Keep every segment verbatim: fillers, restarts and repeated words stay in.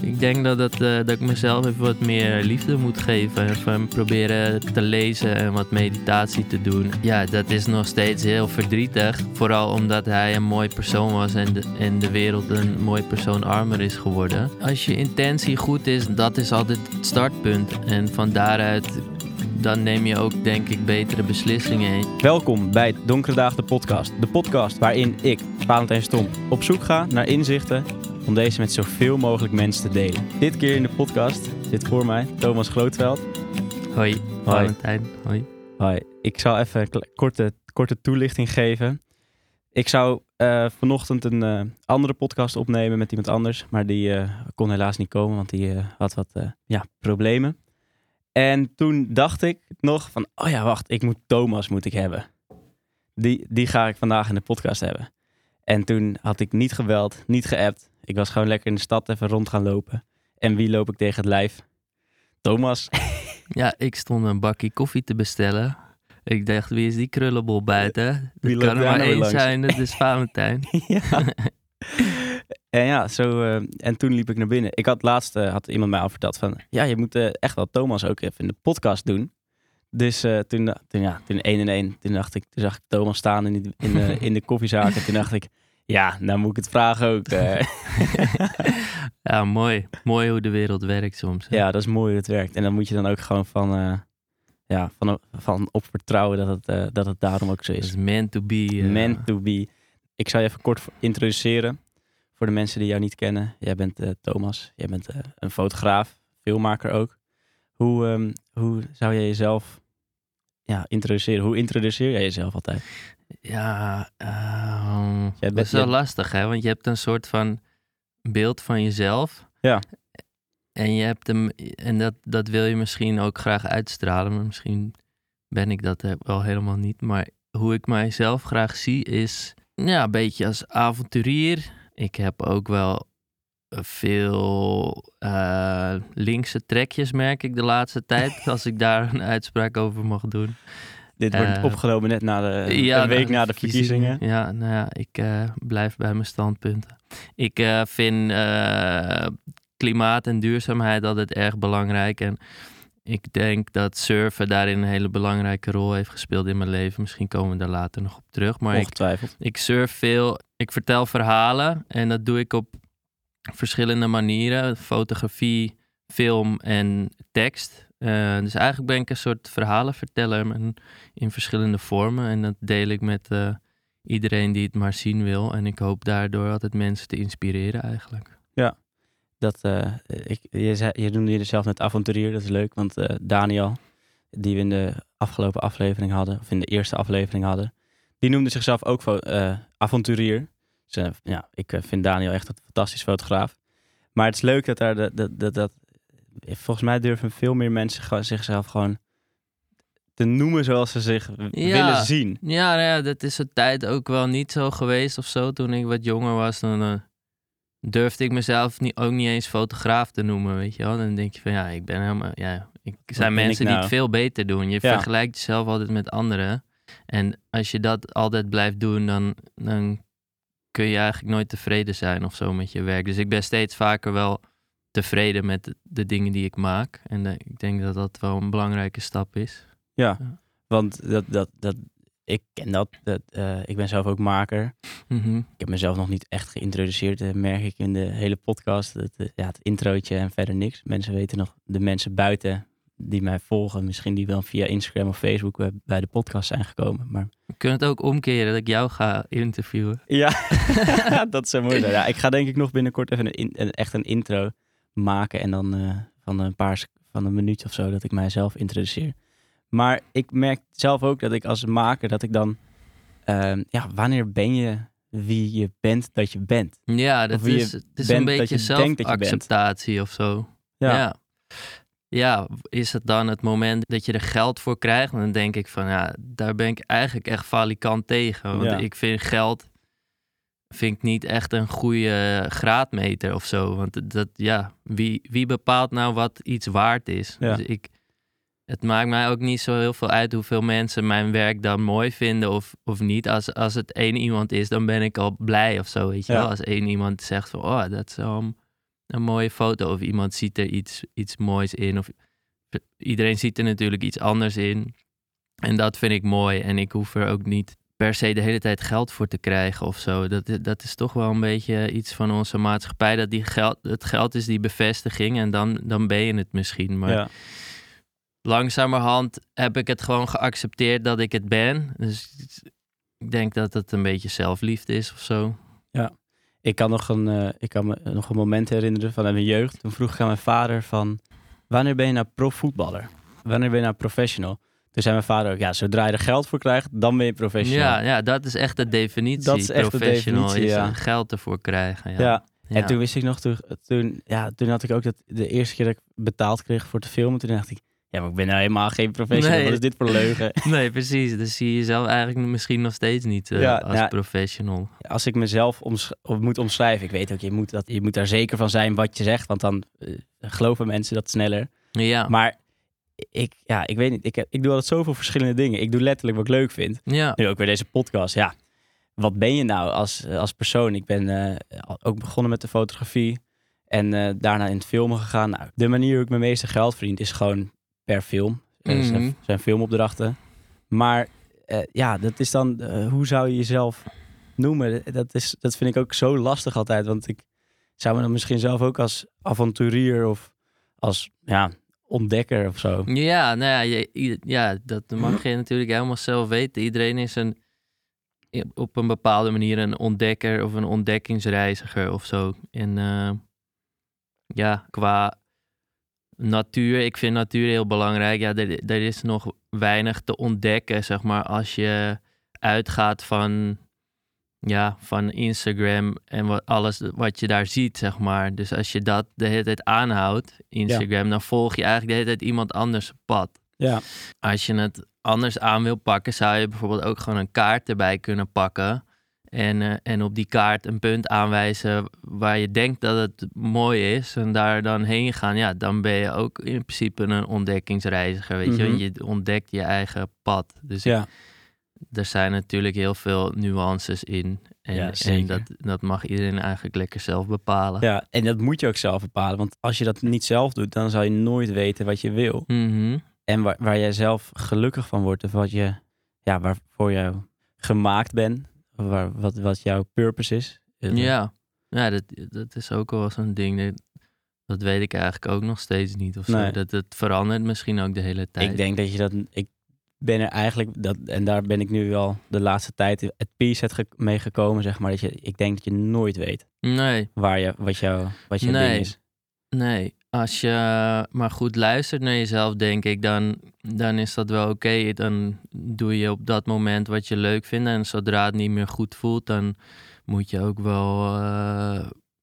Ik denk dat, dat, uh, dat ik mezelf even wat meer liefde moet geven. Even proberen te lezen en wat meditatie te doen. Ja, dat is nog steeds heel verdrietig. Vooral omdat hij een mooi persoon was en de, en de wereld een mooi persoon armer is geworden. Als je intentie goed is, dat is altijd het startpunt. En van daaruit, dan neem je ook, denk ik, betere beslissingen. Welkom bij Donkere Dagen de podcast. De podcast waarin ik, Valentijn Stomp, op zoek ga naar inzichten om deze met zoveel mogelijk mensen te delen. Dit keer in de podcast zit voor mij Thomas Grootveld. Hoi, Valentijn. Hoi. Hoi. Ik zal even een korte, korte toelichting geven. Ik zou uh, vanochtend een uh, andere podcast opnemen met iemand anders, maar die uh, kon helaas niet komen, want die uh, had wat uh, ja, problemen. En toen dacht ik nog van, oh ja, wacht, ik moet Thomas moet ik hebben. Die, die ga ik vandaag in de podcast hebben. En toen had ik niet gebeld, niet geappt. Ik was gewoon lekker in de stad even rond gaan lopen. En wie loop ik tegen het lijf? Thomas. Ja, ik stond een bakje koffie te bestellen. Ik dacht, wie is die krullenbol buiten? Wie Dat kan er maar nou één langs? zijn, dat is Valentijn. Ja. En ja, zo, uh, en toen liep ik naar binnen. Ik had laatst uh, had iemand mij al verteld van, ja, je moet uh, echt wel Thomas ook even in de podcast doen. Dus uh, toen, toen, ja, toen één en één, toen dacht ik, toen zag ik Thomas staan in, die, in, de, in de koffiezaak. En toen dacht ik, ja, nou moet ik het vragen ook. Uh. Ja, mooi. Mooi hoe de wereld werkt soms. Hè? Ja, dat is mooi hoe het werkt. En dan moet je dan ook gewoon van, uh, ja, van, van op vertrouwen dat het, uh, dat het daarom ook zo is. Het is meant to be. Uh... Meant to be. Ik zal je even kort introduceren. Voor de mensen die jou niet kennen. Jij bent uh, Thomas. Jij bent uh, een fotograaf. Filmmaker ook. Hoe, um, hoe zou jij jezelf ja, introduceren? Hoe introduceer jij jezelf altijd? Ja, uh, jij bent, dat is wel jij... lastig, hè? Want je hebt een soort van beeld van jezelf. Ja. En je hebt hem, en dat, dat wil je misschien ook graag uitstralen. Maar misschien ben ik dat wel helemaal niet. Maar hoe ik mijzelf graag zie is, ja, een beetje als avonturier. Ik heb ook wel veel uh, linkse trekjes, merk ik de laatste tijd. Als ik daar een uitspraak over mag doen. Dit wordt uh, opgenomen net na de, ja, een week na na de verkiezingen. verkiezingen. Ja, nou ja, ik uh, blijf bij mijn standpunten. Ik uh, vind uh, klimaat en duurzaamheid altijd erg belangrijk. En ik denk dat surfen daarin een hele belangrijke rol heeft gespeeld in mijn leven. Misschien komen we daar later nog op terug. Maar ongetwijfeld. Ik, ik surf veel. Ik vertel verhalen en dat doe ik op verschillende manieren. Fotografie, film en tekst. Uh, dus eigenlijk ben ik een soort verhalenverteller in, in verschillende vormen. En dat deel ik met uh, iedereen die het maar zien wil. En ik hoop daardoor altijd mensen te inspireren eigenlijk. Ja. Dat, uh, ik, je, zei, je noemde je zelf net avonturier, dat is leuk, want uh, Daniel, die we in de afgelopen aflevering hadden, of in de eerste aflevering hadden, die noemde zichzelf ook uh, avonturier. Dus, uh, ja, ik uh, vind Daniel echt een fantastisch fotograaf. Maar het is leuk dat daar, dat, dat, dat, dat volgens mij durven veel meer mensen gewoon, zichzelf gewoon te noemen zoals ze zich ja, willen zien. Ja, nou ja, dat is een tijd ook wel niet zo geweest of zo. Toen ik wat jonger was, dan Uh... durfde ik mezelf niet, ook niet eens fotograaf te noemen, weet je wel. Dan denk je van, ja, ik ben helemaal... Ja, ik zijn mensen ik nou? die het veel beter doen. Je ja. vergelijkt jezelf altijd met anderen. En als je dat altijd blijft doen, dan, dan kun je eigenlijk nooit tevreden zijn of zo met je werk. Dus ik ben steeds vaker wel tevreden met de, de dingen die ik maak. En de, ik denk dat dat wel een belangrijke stap is. Ja, ja. want dat... dat, dat... Ik ken dat. dat uh, ik ben zelf ook maker. Mm-hmm. Ik heb mezelf nog niet echt geïntroduceerd, uh, merk ik in de hele podcast. Het, uh, ja, het introotje en verder niks. Mensen weten nog, de mensen buiten die mij volgen, misschien die wel via Instagram of Facebook bij de podcast zijn gekomen. Maar... We kunnen het ook omkeren dat ik jou ga interviewen. Ja, dat zou mooi zijn. Ja, ik ga denk ik nog binnenkort even een, in, een, echt een intro maken en dan uh, van een paar van een minuut of zo dat ik mijzelf introduceer. Maar ik merk zelf ook dat ik als maker, dat ik dan... Uh, ja, wanneer ben je wie je bent dat je bent? Ja, dat is, het is een beetje zelfacceptatie of zo. Ja. ja. Ja, is het dan het moment dat je er geld voor krijgt? Dan denk ik van, ja, daar ben ik eigenlijk echt falikant tegen. Want ja. ik vind geld vind ik niet echt een goede graadmeter of zo. Want dat, ja, wie, wie bepaalt nou wat iets waard is? Ja. Dus ik... Het maakt mij ook niet zo heel veel uit hoeveel mensen mijn werk dan mooi vinden of, of niet. Als, als het één iemand is, dan ben ik al blij of zo, weet je ja. wel. Als één iemand zegt van, oh, dat is um, een mooie foto of iemand ziet er iets, iets moois in. Of iedereen ziet er natuurlijk iets anders in. En dat vind ik mooi. En ik hoef er ook niet per se de hele tijd geld voor te krijgen of zo. Dat, dat is toch wel een beetje iets van onze maatschappij. Dat die geld, het geld is die bevestiging en dan, dan ben je het misschien. Maar ja. langzamerhand heb ik het gewoon geaccepteerd dat ik het ben. Dus ik denk dat het een beetje zelfliefde is of zo. Ja, ik kan, nog een, uh, ik kan me nog een moment herinneren van mijn jeugd. Toen vroeg ik aan mijn vader van, wanneer ben je nou profvoetballer? Wanneer ben je nou professional? Toen zei mijn vader ook, ja, zodra je er geld voor krijgt, dan ben je professional. Ja, ja, dat is echt de definitie. Dat is echt professional de definitie, is ja. geld ervoor krijgen. Ja. Ja. Ja. En toen wist ik nog, toen, toen, ja, toen had ik ook dat de eerste keer dat ik betaald kreeg voor te filmen. Toen dacht ik, ja, maar ik ben nou helemaal geen professional. Nee. Wat is dit voor leugen? Nee, precies. Dus zie je jezelf eigenlijk misschien nog steeds niet uh, ja, als nou, professional. Als ik mezelf omsch- moet omschrijven, ik weet ook, je moet, dat, je moet daar zeker van zijn wat je zegt. Want dan uh, geloven mensen dat sneller. Ja. Maar ik, ja, ik weet niet, ik, heb, ik doe altijd zoveel verschillende dingen. Ik doe letterlijk wat ik leuk vind. Ja. Nu ook weer deze podcast, ja. Wat ben je nou als, als persoon? Ik ben uh, ook begonnen met de fotografie en uh, daarna in het filmen gegaan. Nou, de manier hoe ik mijn meeste geld verdien is gewoon per film. Mm-hmm. Uh, zijn, zijn filmopdrachten. Maar uh, ja, dat is dan, uh, hoe zou je jezelf noemen? Dat, is, dat vind ik ook zo lastig altijd. Want ik zou me dan misschien zelf ook als avonturier of als ja, ontdekker of zo. Ja, nou ja, je, ja, dat mag je natuurlijk helemaal zelf weten. Iedereen is een op een bepaalde manier een ontdekker of een ontdekkingsreiziger of zo. En uh, ja, qua natuur, ik vind natuur heel belangrijk. Ja, er, er is nog weinig te ontdekken, zeg maar, als je uitgaat van, ja, van Instagram en wat, alles wat je daar ziet, zeg maar. Dus als je dat de hele tijd aanhoudt, Instagram, ja. dan volg je eigenlijk de hele tijd iemand anders pad. Ja. Als je het anders aan wil pakken, zou je bijvoorbeeld ook gewoon een kaart erbij kunnen pakken. En, uh, en op die kaart een punt aanwijzen waar je denkt dat het mooi is. En daar dan heen gaan. Ja, dan ben je ook in principe een ontdekkingsreiziger. Weet mm-hmm. je, je ontdekt je eigen pad. Dus ja. er zijn natuurlijk heel veel nuances in. En, ja, en dat, dat mag iedereen eigenlijk lekker zelf bepalen. Ja, en dat moet je ook zelf bepalen. Want als je dat niet zelf doet, dan zal je nooit weten wat je wil. Mm-hmm. En waar, waar jij zelf gelukkig van wordt. Of wat je, ja, waarvoor je gemaakt bent. Waar, wat, wat jouw purpose is. Ja, ja dat, dat is ook wel zo'n ding. Dat, dat weet ik eigenlijk ook nog steeds niet. Of zo. Nee. Dat, dat verandert misschien ook de hele tijd. Ik denk dat je dat... Ik ben er eigenlijk... Dat, en daar ben ik nu wel de laatste tijd het peace ge, mee gekomen, zeg maar. Dat je, ik denk dat je nooit weet. Nee. Waar je, wat, jou, wat je nee. ding is. Nee. Als je maar goed luistert naar jezelf, denk ik, dan, dan is dat wel oké. Okay. Dan doe je op dat moment wat je leuk vindt. En zodra het niet meer goed voelt, dan moet je ook wel, uh,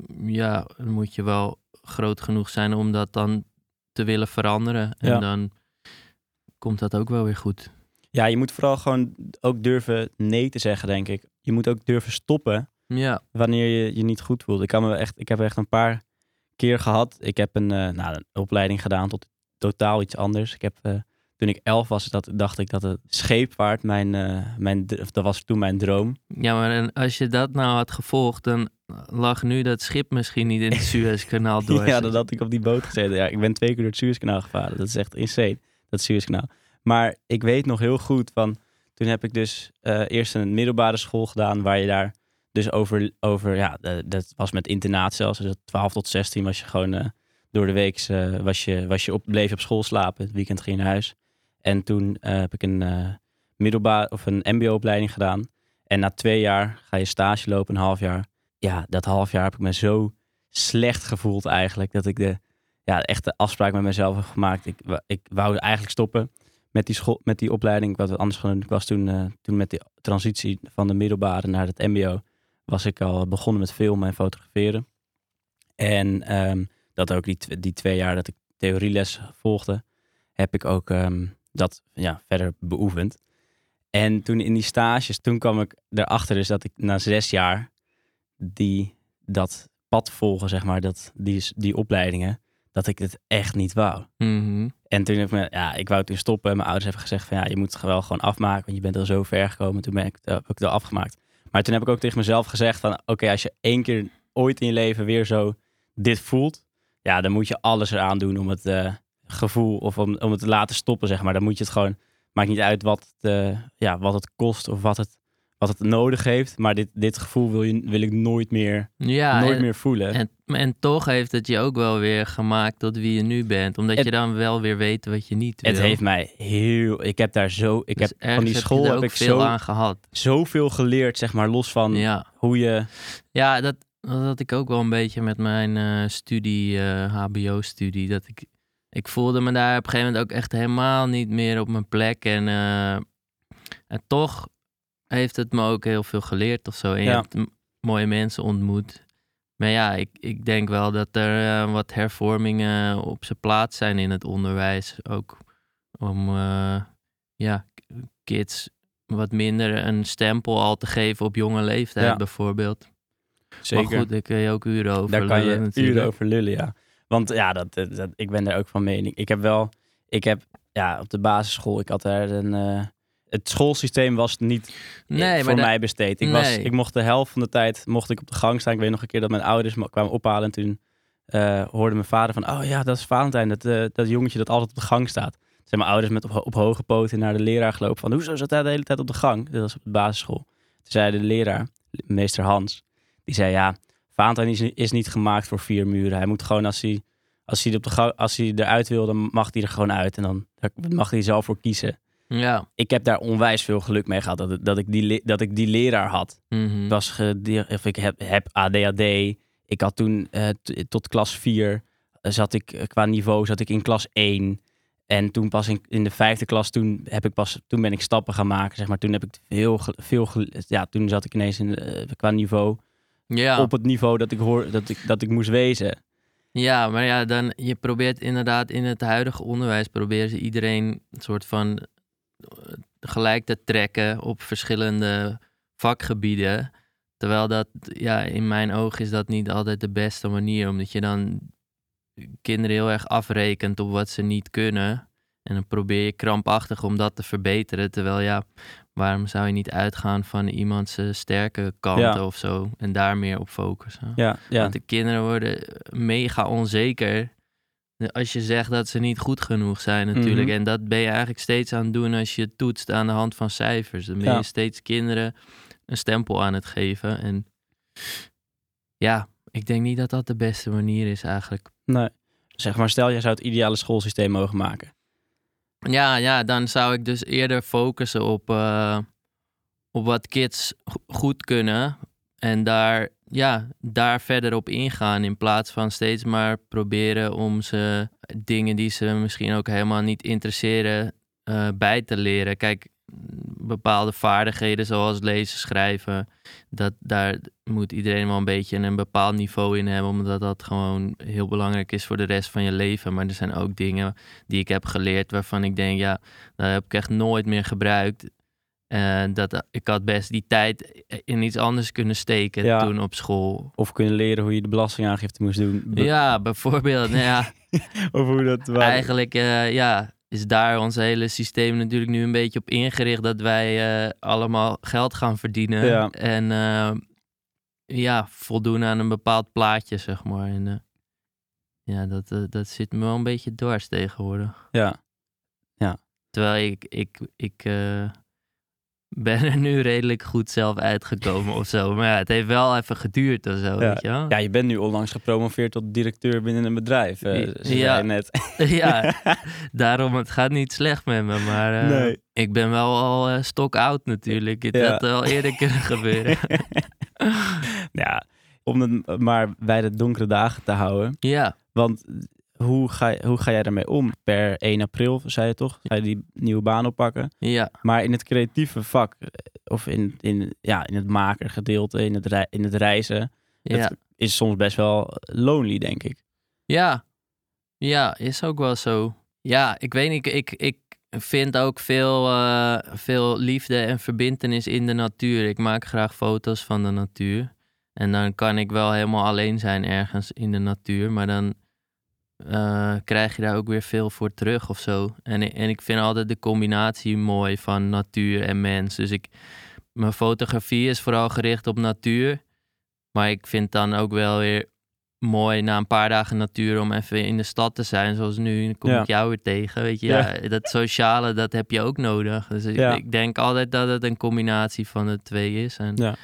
ja, moet je wel groot genoeg zijn om dat dan te willen veranderen. En ja. dan komt dat ook wel weer goed. Ja, je moet vooral gewoon ook durven nee te zeggen, denk ik. Je moet ook durven stoppen ja. wanneer je je niet goed voelt. Ik, kan me echt, ik heb echt een paar keer gehad. Ik heb een, uh, nou, een opleiding gedaan tot totaal iets anders. Ik heb, uh, toen ik elf was, dat, dacht ik dat het scheepvaart mijn, uh, mijn, dat was toen mijn droom. Ja, maar als je dat nou had gevolgd, dan lag nu dat schip misschien niet in het Suezkanaal door. Ja, dan had ik op die boot gezeten. Ja, ik ben twee keer door het Suezkanaal gevaren. Dat is echt insane, dat Suezkanaal. Maar ik weet nog heel goed van, toen heb ik dus uh, eerst een middelbare school gedaan, waar je daar dus over, over ja, uh, dat was met internaat zelfs. Dus twaalf tot zestien was je gewoon uh, door de week uh, was je, was je op, bleef je op school slapen. Het weekend ging je naar huis. En toen uh, heb ik een uh, middelbaar of een mbo-opleiding gedaan. En na twee jaar ga je stage lopen, een half jaar. Ja, dat half jaar heb ik me zo slecht gevoeld eigenlijk, dat ik de ja, echt de afspraak met mezelf heb gemaakt. Ik, ik wou eigenlijk stoppen met die school, met die opleiding. Wat anders gewoon, ik was toen, uh, toen met die transitie van de middelbare naar het mbo, was ik al begonnen met filmen en fotograferen. En um, dat ook die, die twee jaar dat ik theorieles volgde, heb ik ook um, dat ja, verder beoefend. En toen in die stages, toen kwam ik erachter dus dat ik na zes jaar die, dat pad volgen, zeg maar, dat, die, die opleidingen, dat ik het echt niet wou. Mm-hmm. En toen heb ik me, ja, ik wou toen stoppen. Mijn ouders hebben gezegd van ja, je moet het wel gewoon afmaken, want je bent al zo ver gekomen. Toen ben ik, uh, heb ik het wel afgemaakt. Maar toen heb ik ook tegen mezelf gezegd van oké, okay, als je één keer ooit in je leven weer zo dit voelt, ja, dan moet je alles eraan doen om het uh, gevoel of om, om het te laten stoppen, zeg maar. Dan moet je het gewoon, maakt niet uit wat het, uh, ja, wat het kost of wat het, wat het nodig heeft. Maar dit, dit gevoel wil, je, wil ik nooit meer, ja, nooit en, meer voelen. En, en toch heeft het je ook wel weer gemaakt tot wie je nu bent. Omdat het, je dan wel weer weet wat je niet wil. Het heeft mij heel... Ik heb daar zo... Ik dus heb van die school heb, heb ik veel zo, aan gehad. Zoveel geleerd, zeg maar, los van ja. hoe je... Ja, dat, dat had ik ook wel een beetje met mijn uh, studie, uh, H B O-studie. Dat ik, ik voelde me daar op een gegeven moment ook echt helemaal niet meer op mijn plek. En, uh, en toch heeft het me ook heel veel geleerd of zo. En je ja. hebt m- mooie mensen ontmoet. Maar ja, ik, ik denk wel dat er uh, wat hervormingen op zijn plaats zijn in het onderwijs. Ook om uh, ja, kids wat minder een stempel al te geven op jonge leeftijd ja. bijvoorbeeld. Zeker. Maar goed, daar kun je ook uren over daar lullen. Daar kan je natuurlijk. uren over lullen, ja. Want ja, dat, dat, ik ben daar ook van mening. Ik heb wel, ik heb ja, op de basisschool, ik had daar een... Uh, het schoolsysteem was niet nee, voor maar mij besteed. Ik, nee. was, ik mocht de helft van de tijd mocht ik op de gang staan. Ik weet nog een keer dat mijn ouders me kwamen ophalen. En toen uh, hoorde mijn vader van... Oh ja, dat is Valentijn. Dat, uh, dat jongetje dat altijd op de gang staat. Toen zijn mijn ouders met op, op hoge poten naar de leraar gelopen. Van, hoezo zat hij de hele tijd op de gang? Dat was op de basisschool. Toen zei de leraar, meester Hans... Die zei, ja, Valentijn is, is niet gemaakt voor vier muren. Hij moet gewoon, als hij, als hij, op de gang, als hij eruit wil... dan mag hij er gewoon uit. En dan mag hij zelf voor kiezen. Ja. Ik heb daar onwijs veel geluk mee gehad dat, dat, ik, die, dat ik die leraar had. Mm-hmm. Was ge, of ik heb, heb A D H D. Ik had toen uh, t- tot klas vier zat ik qua niveau zat ik in klas één. En toen pas in, in de vijfde klas toen heb ik pas toen ben ik stappen gaan maken, zeg maar. Toen heb ik veel veel ja, toen zat ik ineens in uh, qua niveau ja. op het niveau dat ik hoor dat ik dat ik moest wezen. Ja, maar ja, dan je probeert inderdaad in het huidige onderwijs proberen ze iedereen een soort van gelijk te trekken op verschillende vakgebieden. Terwijl dat, ja, in mijn oog is dat niet altijd de beste manier. Omdat je dan kinderen heel erg afrekent op wat ze niet kunnen. En dan probeer je krampachtig om dat te verbeteren. Terwijl ja, waarom zou je niet uitgaan van iemands sterke kanten ja. of zo. En daar meer op focussen. Ja, ja. Want de kinderen worden mega onzeker als je zegt dat ze niet goed genoeg zijn natuurlijk. Mm-hmm. En dat ben je eigenlijk steeds aan het doen als je toetst aan de hand van cijfers. Dan ben je ja. steeds kinderen een stempel aan het geven. En ja, ik denk niet dat dat de beste manier is eigenlijk. Nee. Zeg maar, stel jij zou het ideale schoolsysteem mogen maken. Ja, ja, dan zou ik dus eerder focussen op, uh, op wat kids go- goed kunnen. En daar, ja, daar verder op ingaan. In plaats van steeds maar proberen om ze dingen die ze misschien ook helemaal niet interesseren uh, bij te leren. Kijk, bepaalde vaardigheden zoals lezen, schrijven. Dat, daar moet iedereen wel een beetje een bepaald niveau in hebben. Omdat dat gewoon heel belangrijk is voor de rest van je leven. Maar er zijn ook dingen die ik heb geleerd waarvan ik denk, ja, dat heb ik echt nooit meer gebruikt. Uh, dat, ik had best die tijd in iets anders kunnen steken ja. toen op school. Of kunnen leren hoe je de belastingaangifte moest doen. Be- ja, bijvoorbeeld. Nou ja, of hoe dat was. Eigenlijk, uh, ja, is daar ons hele systeem natuurlijk nu een beetje op ingericht dat wij uh, allemaal geld gaan verdienen. Ja. En uh, ja, voldoen aan een bepaald plaatje, zeg maar. En uh, ja, dat, uh, dat zit me wel een beetje dwars tegenwoordig. Ja. Ja. Terwijl ik... ik, ik uh, ben er nu redelijk goed zelf uitgekomen of zo. Maar ja, het heeft wel even geduurd of zo, ja. weet je wel? Ja, je bent nu onlangs gepromoveerd tot directeur binnen een bedrijf. Uh, ja, net. ja, daarom het gaat niet slecht met me. Maar uh, nee. ik ben wel al uh, stock-out natuurlijk. Het ja. had wel eerder kunnen gebeuren. Ja, om het maar bij de donkere dagen te houden. Ja. Want... Hoe ga, hoe ga jij daarmee om? Per één april, zei je toch? Ga je die nieuwe baan oppakken? Ja. Maar in het creatieve vak, of in, in, ja, in het makergedeelte, in het, rei, in het reizen, ja. dat is soms best wel lonely, denk ik. Ja, ja, is ook wel zo. Ja, ik weet niet, ik, ik vind ook veel, uh, veel liefde en verbintenis in de natuur. Ik maak graag foto's van de natuur. En dan kan ik wel helemaal alleen zijn ergens in de natuur, maar dan... Uh, krijg je daar ook weer veel voor terug of zo. En, en ik vind altijd de combinatie mooi van natuur en mens. Dus ik, mijn fotografie is vooral gericht op natuur. Maar ik vind dan ook wel weer mooi na een paar dagen natuur om even in de stad te zijn. Zoals nu, dan kom Ja. ik jou weer tegen. Weet je, Ja. ja, dat sociale, dat heb je ook nodig. Dus ik, Ja. ik denk altijd dat het een combinatie van de twee is. En Ja.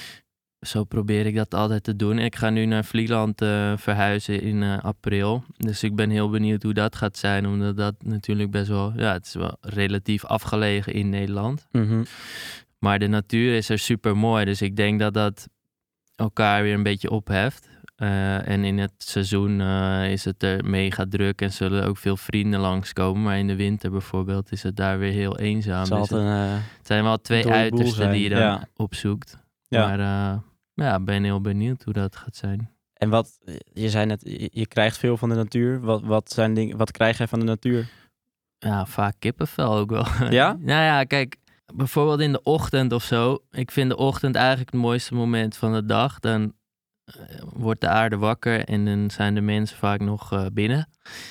zo probeer ik dat altijd te doen. Ik ga nu naar Vlieland uh, verhuizen in uh, april. Dus ik ben heel benieuwd hoe dat gaat zijn. Omdat dat natuurlijk best wel... Ja, het is wel relatief afgelegen in Nederland. Mm-hmm. Maar de natuur is er super mooi. Dus ik denk dat dat elkaar weer een beetje opheft. Uh, en in het seizoen uh, is het er mega druk en zullen ook veel vrienden langskomen. Maar in de winter bijvoorbeeld is het daar weer heel eenzaam. Het, dus het, een, uh, het zijn wel twee uitersten die je dan ja. opzoekt. Ja. Maar uh, ja, ik ben heel benieuwd hoe dat gaat zijn. En wat, je zei net, je, je krijgt veel van de natuur. Wat, wat, zijn dingen, wat krijg jij van de natuur? Ja, vaak kippenvel ook wel. Ja? Nou ja, kijk, bijvoorbeeld in de ochtend of zo. Ik vind de ochtend eigenlijk het mooiste moment van de dag. Dan wordt de aarde wakker en dan zijn de mensen vaak nog uh, binnen.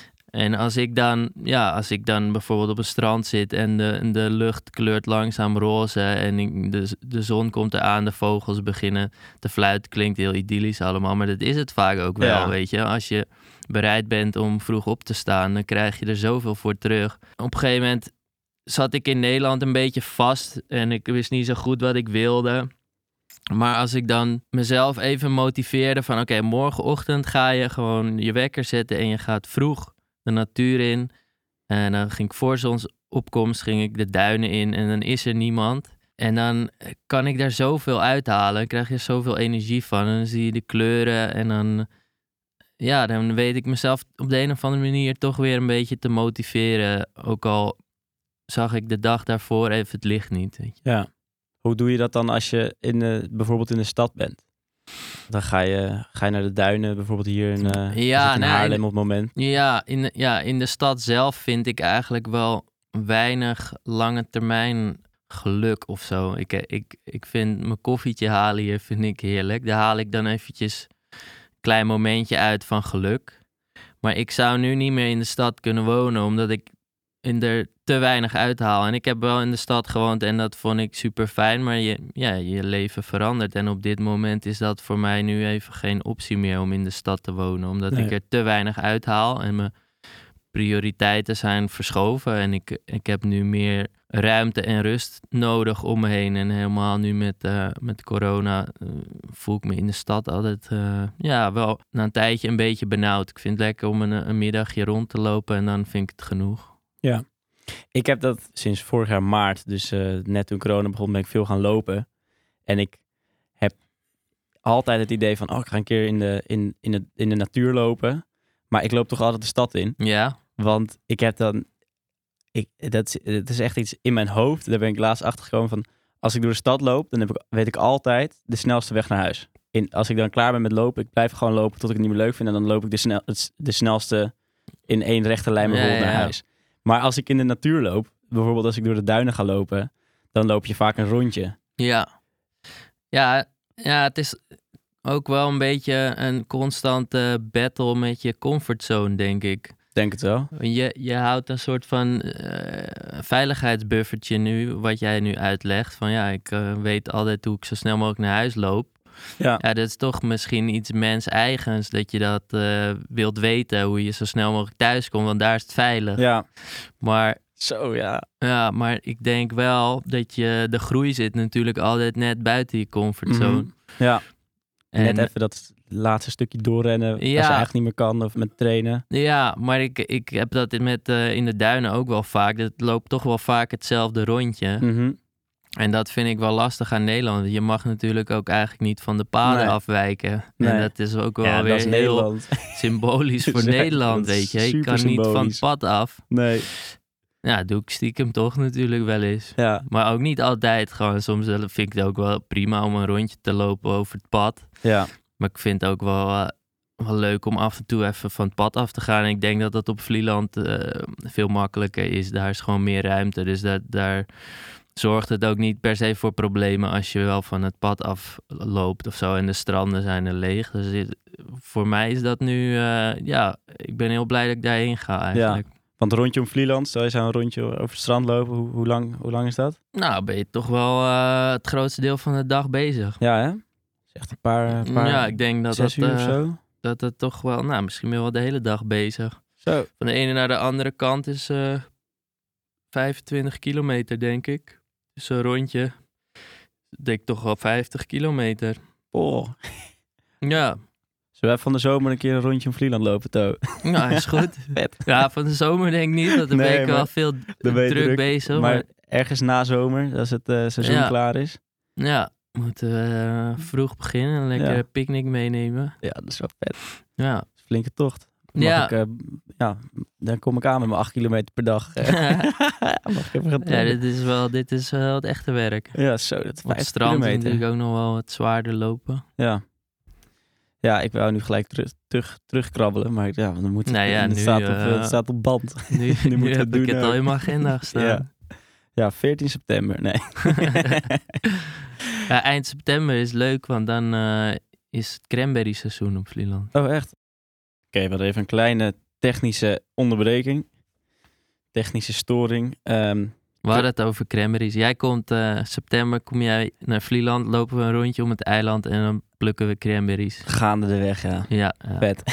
En als ik dan, ja, als ik dan bijvoorbeeld op een strand zit en de, de lucht kleurt langzaam roze en ik, de, de zon komt eraan, de vogels beginnen te fluiten, klinkt heel idyllisch allemaal, maar dat is het vaak ook wel, ja. Weet je. Als je bereid bent om vroeg op te staan, dan krijg je er zoveel voor terug. Op een gegeven moment zat ik in Nederland een beetje vast en ik wist niet zo goed wat ik wilde. Maar als ik dan mezelf even motiveerde van oké, okay, morgenochtend ga je gewoon je wekker zetten en je gaat vroeg de natuur in. En dan ging ik voor zonsopkomst ging ik de duinen in en dan is er niemand. En dan kan ik daar zoveel uithalen. Dan krijg je zoveel energie van. En dan zie je de kleuren en dan, ja, dan weet ik mezelf op de een of andere manier toch weer een beetje te motiveren. Ook al zag ik de dag daarvoor even het licht niet. Weet je. Ja. Hoe doe je dat dan als je in de, bijvoorbeeld in de stad bent? Dan ga je, ga je naar de duinen, bijvoorbeeld hier in, uh, ja, in nee, Haarlem op het moment. Ja in, de, ja, in de stad zelf vind ik eigenlijk wel weinig lange termijn geluk of zo. Ik, ik, ik vind mijn koffietje halen hier vind ik heerlijk. Daar haal ik dan eventjes een klein momentje uit van geluk. Maar ik zou nu niet meer in de stad kunnen wonen, omdat ik in er te weinig uithaal. En ik heb wel in de stad gewoond en dat vond ik super fijn, maar je, ja, je leven verandert. En op dit moment is dat voor mij nu even geen optie meer om in de stad te wonen, omdat nee. ik er te weinig uithaal en mijn prioriteiten zijn verschoven. En ik, ik heb nu meer ruimte en rust nodig om me heen. En helemaal nu met, uh, met corona uh, voel ik me in de stad altijd uh, ja, wel na een tijdje een beetje benauwd. Ik vind het lekker om een, een middagje rond te lopen en dan vind ik het genoeg. Ja, ik heb dat sinds vorig jaar maart, dus uh, net toen corona begon, ben ik veel gaan lopen. En ik heb altijd het idee van, oh, ik ga een keer in de, in, in de, in de natuur lopen. Maar ik loop toch altijd de stad in. Ja. Want ik heb dan, ik, dat, dat is echt iets in mijn hoofd. Daar ben ik laatst achter gekomen van, als ik door de stad loop, dan heb ik, weet ik altijd de snelste weg naar huis. In, als ik dan klaar ben met lopen, ik blijf gewoon lopen tot ik het niet meer leuk vind. En dan loop ik de, snel, de snelste in één rechte lijn bijvoorbeeld ja, ja, ja. naar huis. Maar als ik in de natuur loop, bijvoorbeeld als ik door de duinen ga lopen, dan loop je vaak een rondje. Ja, ja, ja het is ook wel een beetje een constante battle met je comfortzone, denk ik. Denk het wel. Je, je houdt een soort van uh, veiligheidsbuffertje nu, wat jij nu uitlegt. Van ja, ik uh, weet altijd hoe ik zo snel mogelijk naar huis loop. Ja. ja, dat is toch misschien iets mens-eigens, dat je dat uh, wilt weten, hoe je zo snel mogelijk thuis komt, want daar is het veilig. Ja. Maar, zo ja. Ja, maar ik denk wel dat je, de groei zit natuurlijk altijd net buiten je comfortzone. Mm-hmm. Ja, en net even dat laatste stukje doorrennen, ja. Als je eigenlijk niet meer kan, of met trainen. Ja, maar ik, ik heb dat met uh, in de duinen ook wel vaak. Het loopt toch wel vaak hetzelfde rondje. Mm-hmm. En dat vind ik wel lastig aan Nederland. Je mag natuurlijk ook eigenlijk niet van de paden nee. afwijken. Nee. En dat is ook wel ja, weer heel Nederland. symbolisch voor Nederland, weet je. Je kan symbolisch. niet van het pad af. Nee. Ja, doe ik stiekem toch natuurlijk wel eens. Ja. Maar ook niet altijd. Gewoon soms vind ik het ook wel prima om een rondje te lopen over het pad. Ja. Maar ik vind het ook wel, uh, wel leuk om af en toe even van het pad af te gaan. En ik denk dat dat op Vlieland uh, veel makkelijker is. Daar is gewoon meer ruimte. Dus dat, daar zorgt het ook niet per se voor problemen als je wel van het pad afloopt of zo. En de stranden zijn er leeg. Dus het, voor mij is dat nu, uh, ja, ik ben heel blij dat ik daarheen ga eigenlijk. Ja. Want een rondje om Vlieland, stel je zou een rondje over het strand lopen, hoe, hoe, lang, hoe lang is dat? Nou, ben je toch wel uh, het grootste deel van de dag bezig. Ja, hè? Is echt een paar, een paar ja, ik denk dat zes dat, uur uh, of zo? dat het toch wel, nou, misschien ben je wel de hele dag bezig. Zo. Van de ene naar de andere kant is uh, vijfentwintig kilometer, denk ik. Dus een rondje, denk ik toch wel vijftig kilometer. Oh. Ja. Zullen wij van de zomer een keer een rondje om Vlieland lopen, To? Ja, is goed. Vet. Ja, van de zomer denk ik niet, want dan Nee, ben ik maar wel veel dan ben je druk, druk, bezig. Maar, Maar ergens na zomer, als het uh, seizoen Ja. klaar is. ja, moeten we uh, vroeg beginnen en lekker Ja. een picknick meenemen. Ja, dat is wel vet. Ja. Dat is een flinke tocht. Mag Ja. ik, uh, ja, dan kom ik aan met mijn acht kilometer per dag. Mag ik even gaan Ja, tellen? dit is wel, dit is wel het echte werk. Ja, zo, dat is Op het vijftig strand is kilometer. natuurlijk ook nog wel wat zwaarder lopen. Ja. Ja, ik wou nu gelijk terug, terug, terugkrabbelen, maar ja, dan moet het, Nou ja, het, nu, staat op, uh, het staat op band. Nu, nu, Nu moeten we heb het doen ik het ook. al in mijn agenda staan. Ja. Ja, veertien september, nee. Ja, eind september is leuk, want dan uh, is het cranberry seizoen op Vlieland. Oh, echt? Oké, okay, we hadden even een kleine technische onderbreking. Technische storing. Um, We hadden het over cranberries. Jij komt uh, september, kom jij naar Vlieland, lopen we een rondje om het eiland en dan plukken we cranberries. Gaande de weg, ja. Ja. ja. Vet.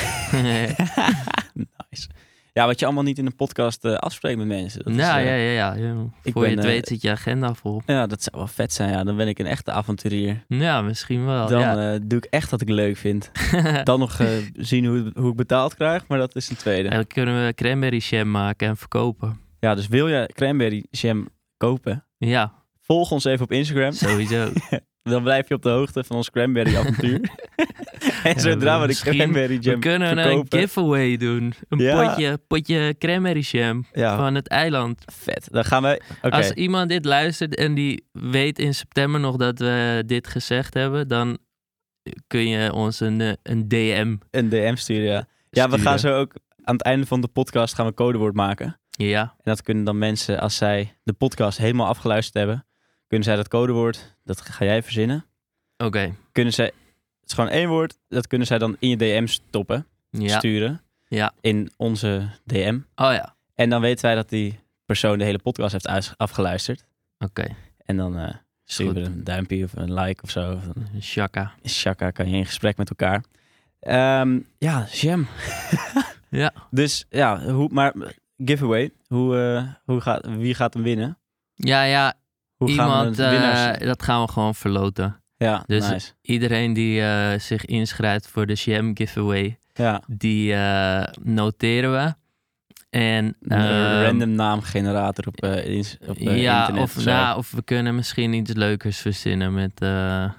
Nice. Ja, wat je allemaal niet in een podcast uh, afspreekt met mensen. Dat ja, is, uh, ja, ja, ja, ja. ik Voor ben, je het uh, weet zit je agenda vol. Ja, dat zou wel vet zijn. Ja. Dan ben ik een echte avonturier. Ja, misschien wel. Dan ja. uh, doe ik echt wat ik leuk vind. Dan nog uh, zien hoe, hoe ik betaald krijg, maar dat is een tweede. En dan kunnen we cranberry jam maken en verkopen. Ja, dus wil je cranberry jam kopen? Ja. Volg ons even op Instagram. Sowieso. Dan blijf je op de hoogte van ons cranberry avontuur. En ja, zodra we de misschien- cranberry jam We kunnen verkopen... een giveaway doen. Een Ja. potje, potje cranberry jam Ja, van het eiland. vet. Dan gaan wij... Oké, okay. Als iemand dit luistert en die weet in september nog dat we dit gezegd hebben, dan kun je ons een, eh, een D M een D M sturen, ja. Ja, we sturen. gaan zo ook... Aan het einde van de podcast gaan we een codewoord maken. Ja, En dat kunnen dan mensen, als zij de podcast helemaal afgeluisterd hebben, kunnen zij dat codewoord, dat ga jij verzinnen. oké. Okay. Kunnen zij... Het is gewoon één woord. Dat kunnen zij dan in je D M stoppen. Ja. Sturen. Ja. In onze D M. Oh ja, En dan weten wij dat die persoon de hele podcast heeft uit- afgeluisterd. oké. En dan uh, sturen we Goed. een duimpje of een like of zo. Of een Shaka. shaka, kan je in gesprek met elkaar. Um, ja, jam. Ja. Dus ja, hoe, maar giveaway. Hoe, uh, hoe gaat, wie gaat hem winnen? Ja, ja. Hoe gaan Iemand, we de winnaars... uh, dat gaan we gewoon verloten. ja, dus- nice. Iedereen die uh, zich inschrijft voor de jam giveaway, Ja, die uh, noteren we. En, een uh, random naamgenerator op, uh, ins- op uh, ja, internet. of, of zo. nou, of we kunnen misschien iets leukers verzinnen met uh,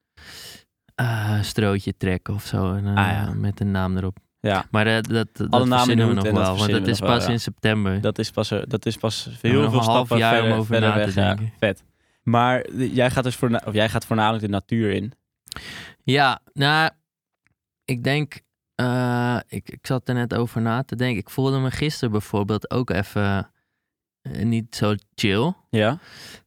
uh, strootje trekken of zo. En, uh, Ah, ja. Met een naam erop. Ja, Maar uh, dat, dat Alle namen verzinnen we noemen nog en dat wel, want verzinnen het we is nog pas wel, ja. in september. dat is pas, uh, dat is pas hebben heel nog veel een half stappen jaar om verder, over verder na te weg. Ja, denken. vet. Maar uh, jij gaat dus voor, of jij gaat voornamelijk de natuur in. Ja, nou, ik denk, uh, ik, ik zat er net over na te denken. Ik voelde me gisteren bijvoorbeeld ook even uh, niet zo chill. Ja?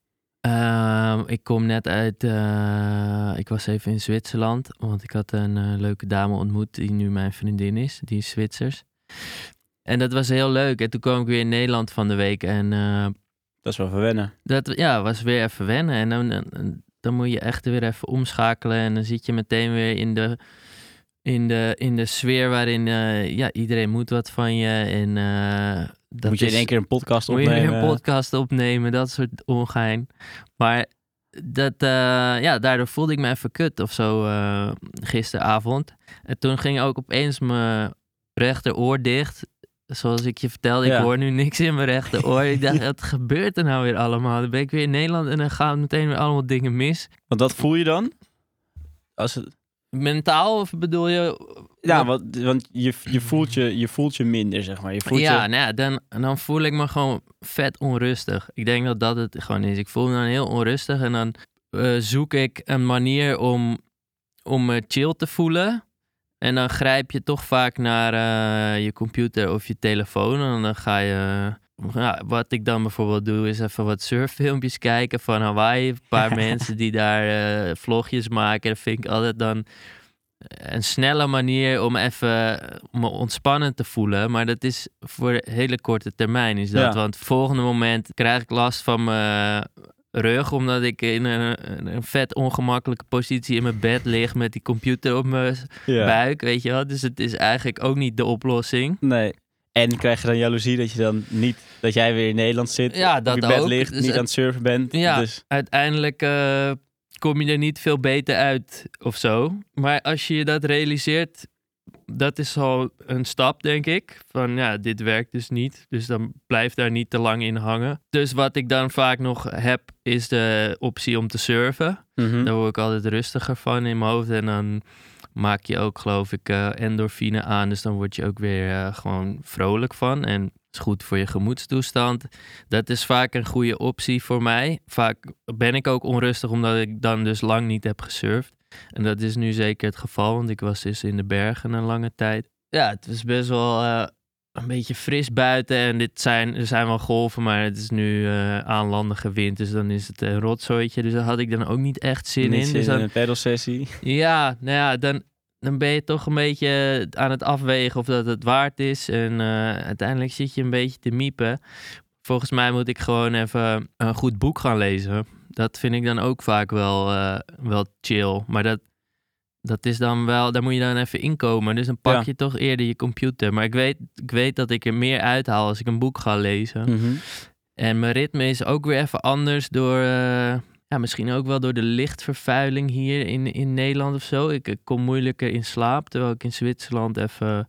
Uh, ik kom net uit, uh, ik was even in Zwitserland, want ik had een uh, leuke dame ontmoet die nu mijn vriendin is, die is Zwitsers. En dat was heel leuk. En toen kwam ik weer in Nederland van de week en uh, Dat is wel verwennen. dat ja, was weer even wennen. En dan, dan, dan moet je echt weer even omschakelen en dan zit je meteen weer in de, in de, in de sfeer waarin uh, ja, iedereen moet wat van je. En, uh, dat Moet je in is- één keer een podcast moet je opnemen? weer een podcast opnemen, dat soort ongein. Maar dat, uh, ja, daardoor voelde ik me even kut of zo uh, gisteravond. En toen ging ook opeens mijn rechteroor dicht. Zoals ik je vertelde, ik Ja. hoor nu niks in mijn rechteroor. Ik dacht, wat gebeurt er nou weer allemaal? Dan ben ik weer in Nederland en dan gaan meteen weer allemaal dingen mis. Want wat voel je dan? Als het... Mentaal of bedoel je? Ja, want, want je, je, voelt je, je voelt je minder, zeg maar. Je voelt Ja, je... nou ja, dan, dan voel ik me gewoon vet onrustig. Ik denk dat dat het gewoon is. Ik voel me dan heel onrustig en dan uh, zoek ik een manier om, om me chill te voelen. En dan grijp je toch vaak naar uh, je computer of je telefoon. En dan ga je... Ja, wat ik dan bijvoorbeeld doe, is even wat surffilmpjes kijken van Hawaii. Een paar mensen die daar uh, vlogjes maken. Dat vind ik altijd dan een snelle manier om even me ontspannen te voelen. Maar dat is voor een hele korte termijn is dat. Ja. Want het volgende moment krijg ik last van mijn rug, omdat ik in een, een vet ongemakkelijke positie in mijn bed lig met die computer op mijn Ja. buik, weet je wel. Dus het is eigenlijk ook niet de oplossing. Nee. En krijg je dan jaloezie dat je dan niet, dat jij weer in Nederland zit, Ja, dat op je bed ook. ligt, Dus niet het- aan het surfen bent. Ja, Dus, uiteindelijk uh, kom je er niet veel beter uit of zo. Maar als je je dat realiseert, dat is al een stap, denk ik. Van ja, dit werkt dus niet. Dus dan blijf daar niet te lang in hangen. Dus wat ik dan vaak nog heb, is de optie om te surfen. mm-hmm. Daar word ik altijd rustiger van in mijn hoofd. En dan maak je ook, geloof ik, uh, endorfine aan. Dus dan word je ook weer uh, gewoon vrolijk van. En het is goed voor je gemoedstoestand. Dat is vaak een goede optie voor mij. Vaak ben ik ook onrustig, omdat ik dan dus lang niet heb gesurfd. En dat is nu zeker het geval, want ik was dus in de bergen een lange tijd. Ja, het was best wel uh, een beetje fris buiten. En dit zijn, er zijn wel golven, maar het is nu uh, aanlandige wind. Dus dan is het een rotzooitje. Dus daar had ik dan ook niet echt zin niet in. zin Dus dan, in een pedalsessie. ja, nou ja, dan, dan ben je toch een beetje aan het afwegen of dat het waard is. En uh, uiteindelijk zit je een beetje te miepen. Volgens mij moet ik gewoon even een goed boek gaan lezen. Dat vind ik dan ook vaak wel, uh, wel chill. Maar dat, dat is dan wel, daar moet je dan even inkomen. Dus dan pak Ja. je toch eerder je computer. Maar ik weet, ik weet dat ik er meer uithaal als ik een boek ga lezen. Mm-hmm. En mijn ritme is ook weer even anders door, uh, ja, misschien ook wel door de lichtvervuiling hier in, in Nederland of zo. Ik, ik kom moeilijker in slaap, terwijl ik in Zwitserland even...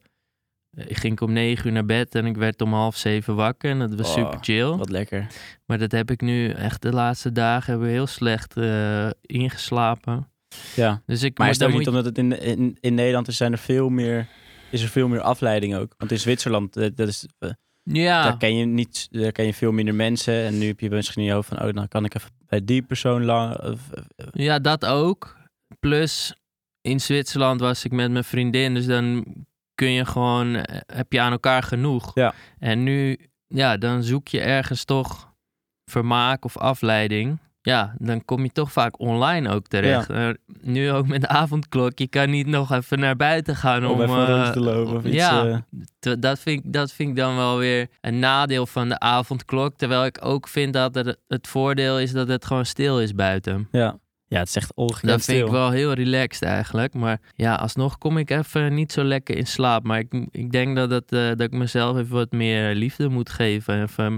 Ik ging om negen uur naar bed en ik werd om half zeven wakker en dat was Oh, super chill. Wat lekker. Maar dat heb ik nu echt de laatste dagen hebben we heel slecht uh, ingeslapen. Ja. Dus ik, Maar is het ook dan niet moet omdat het in, in, in Nederland is, zijn er veel meer, is er veel meer afleiding ook? Want in Zwitserland, dat dat is, uh, je- ja, daar, ken je niet, daar ken je veel minder mensen. En nu heb je misschien in je hoofd van, oh, dan kan ik even bij die persoon lang... Of, uh, ja, dat ook. Plus in Zwitserland was ik met mijn vriendin, dus dan kun je gewoon, uh, heb je aan elkaar genoeg. Ja. En nu, ja, dan zoek je ergens toch vermaak of afleiding. Ja, dan kom je toch vaak online ook terecht. Ja. Uh, nu ook met de avondklok. Je kan niet nog even naar buiten gaan om om... even uh, rond te lopen of iets. ja, uh, t- dat, vind ik, dat vind ik dan wel weer een nadeel van de avondklok. Terwijl ik ook vind dat er het voordeel is dat het gewoon stil is buiten. ja. ja, het is echt ongekend Dat vind stil. ik wel heel relaxed eigenlijk. Maar ja, alsnog kom ik even niet zo lekker in slaap. Maar ik, ik denk dat, het, uh, dat ik mezelf even wat meer liefde moet geven. Even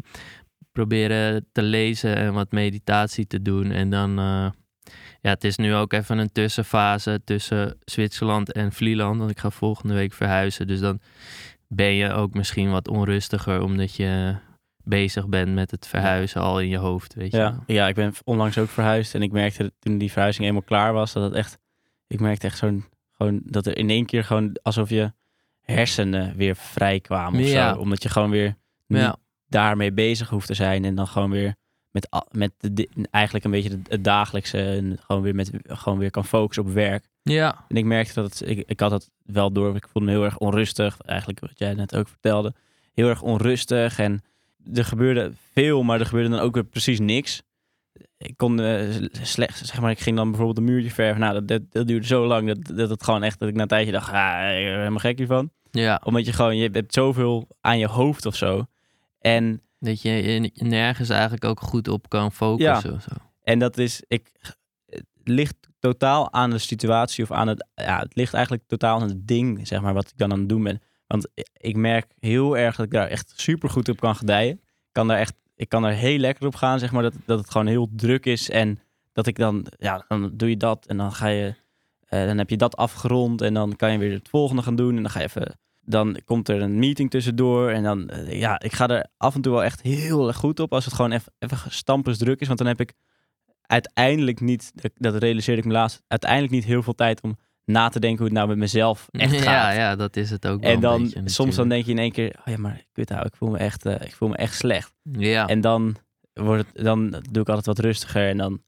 proberen te lezen en wat meditatie te doen. En dan, uh, ja, het is nu ook even een tussenfase tussen Zwitserland en Vlieland. Want ik ga volgende week verhuizen. Dus dan ben je ook misschien wat onrustiger, omdat je bezig bent met het verhuizen al in je hoofd, weet je Ja, wel. ja, ik ben onlangs ook verhuisd en ik merkte dat toen die verhuizing eenmaal klaar was, dat het echt, ik merkte echt zo'n, gewoon dat er in één keer gewoon alsof je hersenen weer vrij kwamen of Ja. zo. Omdat je gewoon weer niet Ja. daarmee bezig hoeft te zijn en dan gewoon weer met, a- met de, di- eigenlijk een beetje het, het dagelijkse en gewoon weer, met, gewoon weer kan focussen op werk. Ja, En ik merkte dat het, ik, ik had dat wel door, ik voelde me heel erg onrustig, eigenlijk wat jij net ook vertelde. Heel erg onrustig en er gebeurde veel, maar er gebeurde dan ook weer precies niks. Ik kon uh, slecht, zeg maar, ik ging dan bijvoorbeeld een muurtje verven. Nou, dat, dat, dat duurde zo lang dat, dat het gewoon echt, dat ik na een tijdje dacht, ah, ik ben helemaal gek hiervan. ja. Omdat je gewoon, je hebt zoveel aan je hoofd of zo. En, Dat je je nergens eigenlijk ook goed op kan focussen. Of zo. en dat is, ik, het ligt totaal aan de situatie of aan het, ja, het ligt eigenlijk totaal aan het ding, zeg maar, wat ik dan aan het doen ben. Want ik merk heel erg dat ik daar echt super goed op kan gedijen. Ik kan daar echt, ik kan daar heel lekker op gaan, zeg maar, dat, dat het gewoon heel druk is en dat ik dan, ja, dan doe je dat en dan ga je, uh, dan heb je dat afgerond en dan kan je weer het volgende gaan doen en dan ga je even, dan komt er een meeting tussendoor en dan, uh, ja, ik ga er af en toe wel echt heel erg goed op als het gewoon even, even stampers druk is, want dan heb ik uiteindelijk niet, dat realiseerde ik me laatst, uiteindelijk niet heel veel tijd om na te denken hoe het nou met mezelf echt gaat. Ja, ja, dat is het ook wel En een dan, beetje, soms dan natuurlijk. denk je in één keer, oh ja, maar kut nou, ik voel me echt, uh, ik voel me echt slecht. Ja, En dan, wordt het, dan doe ik altijd wat rustiger en dan,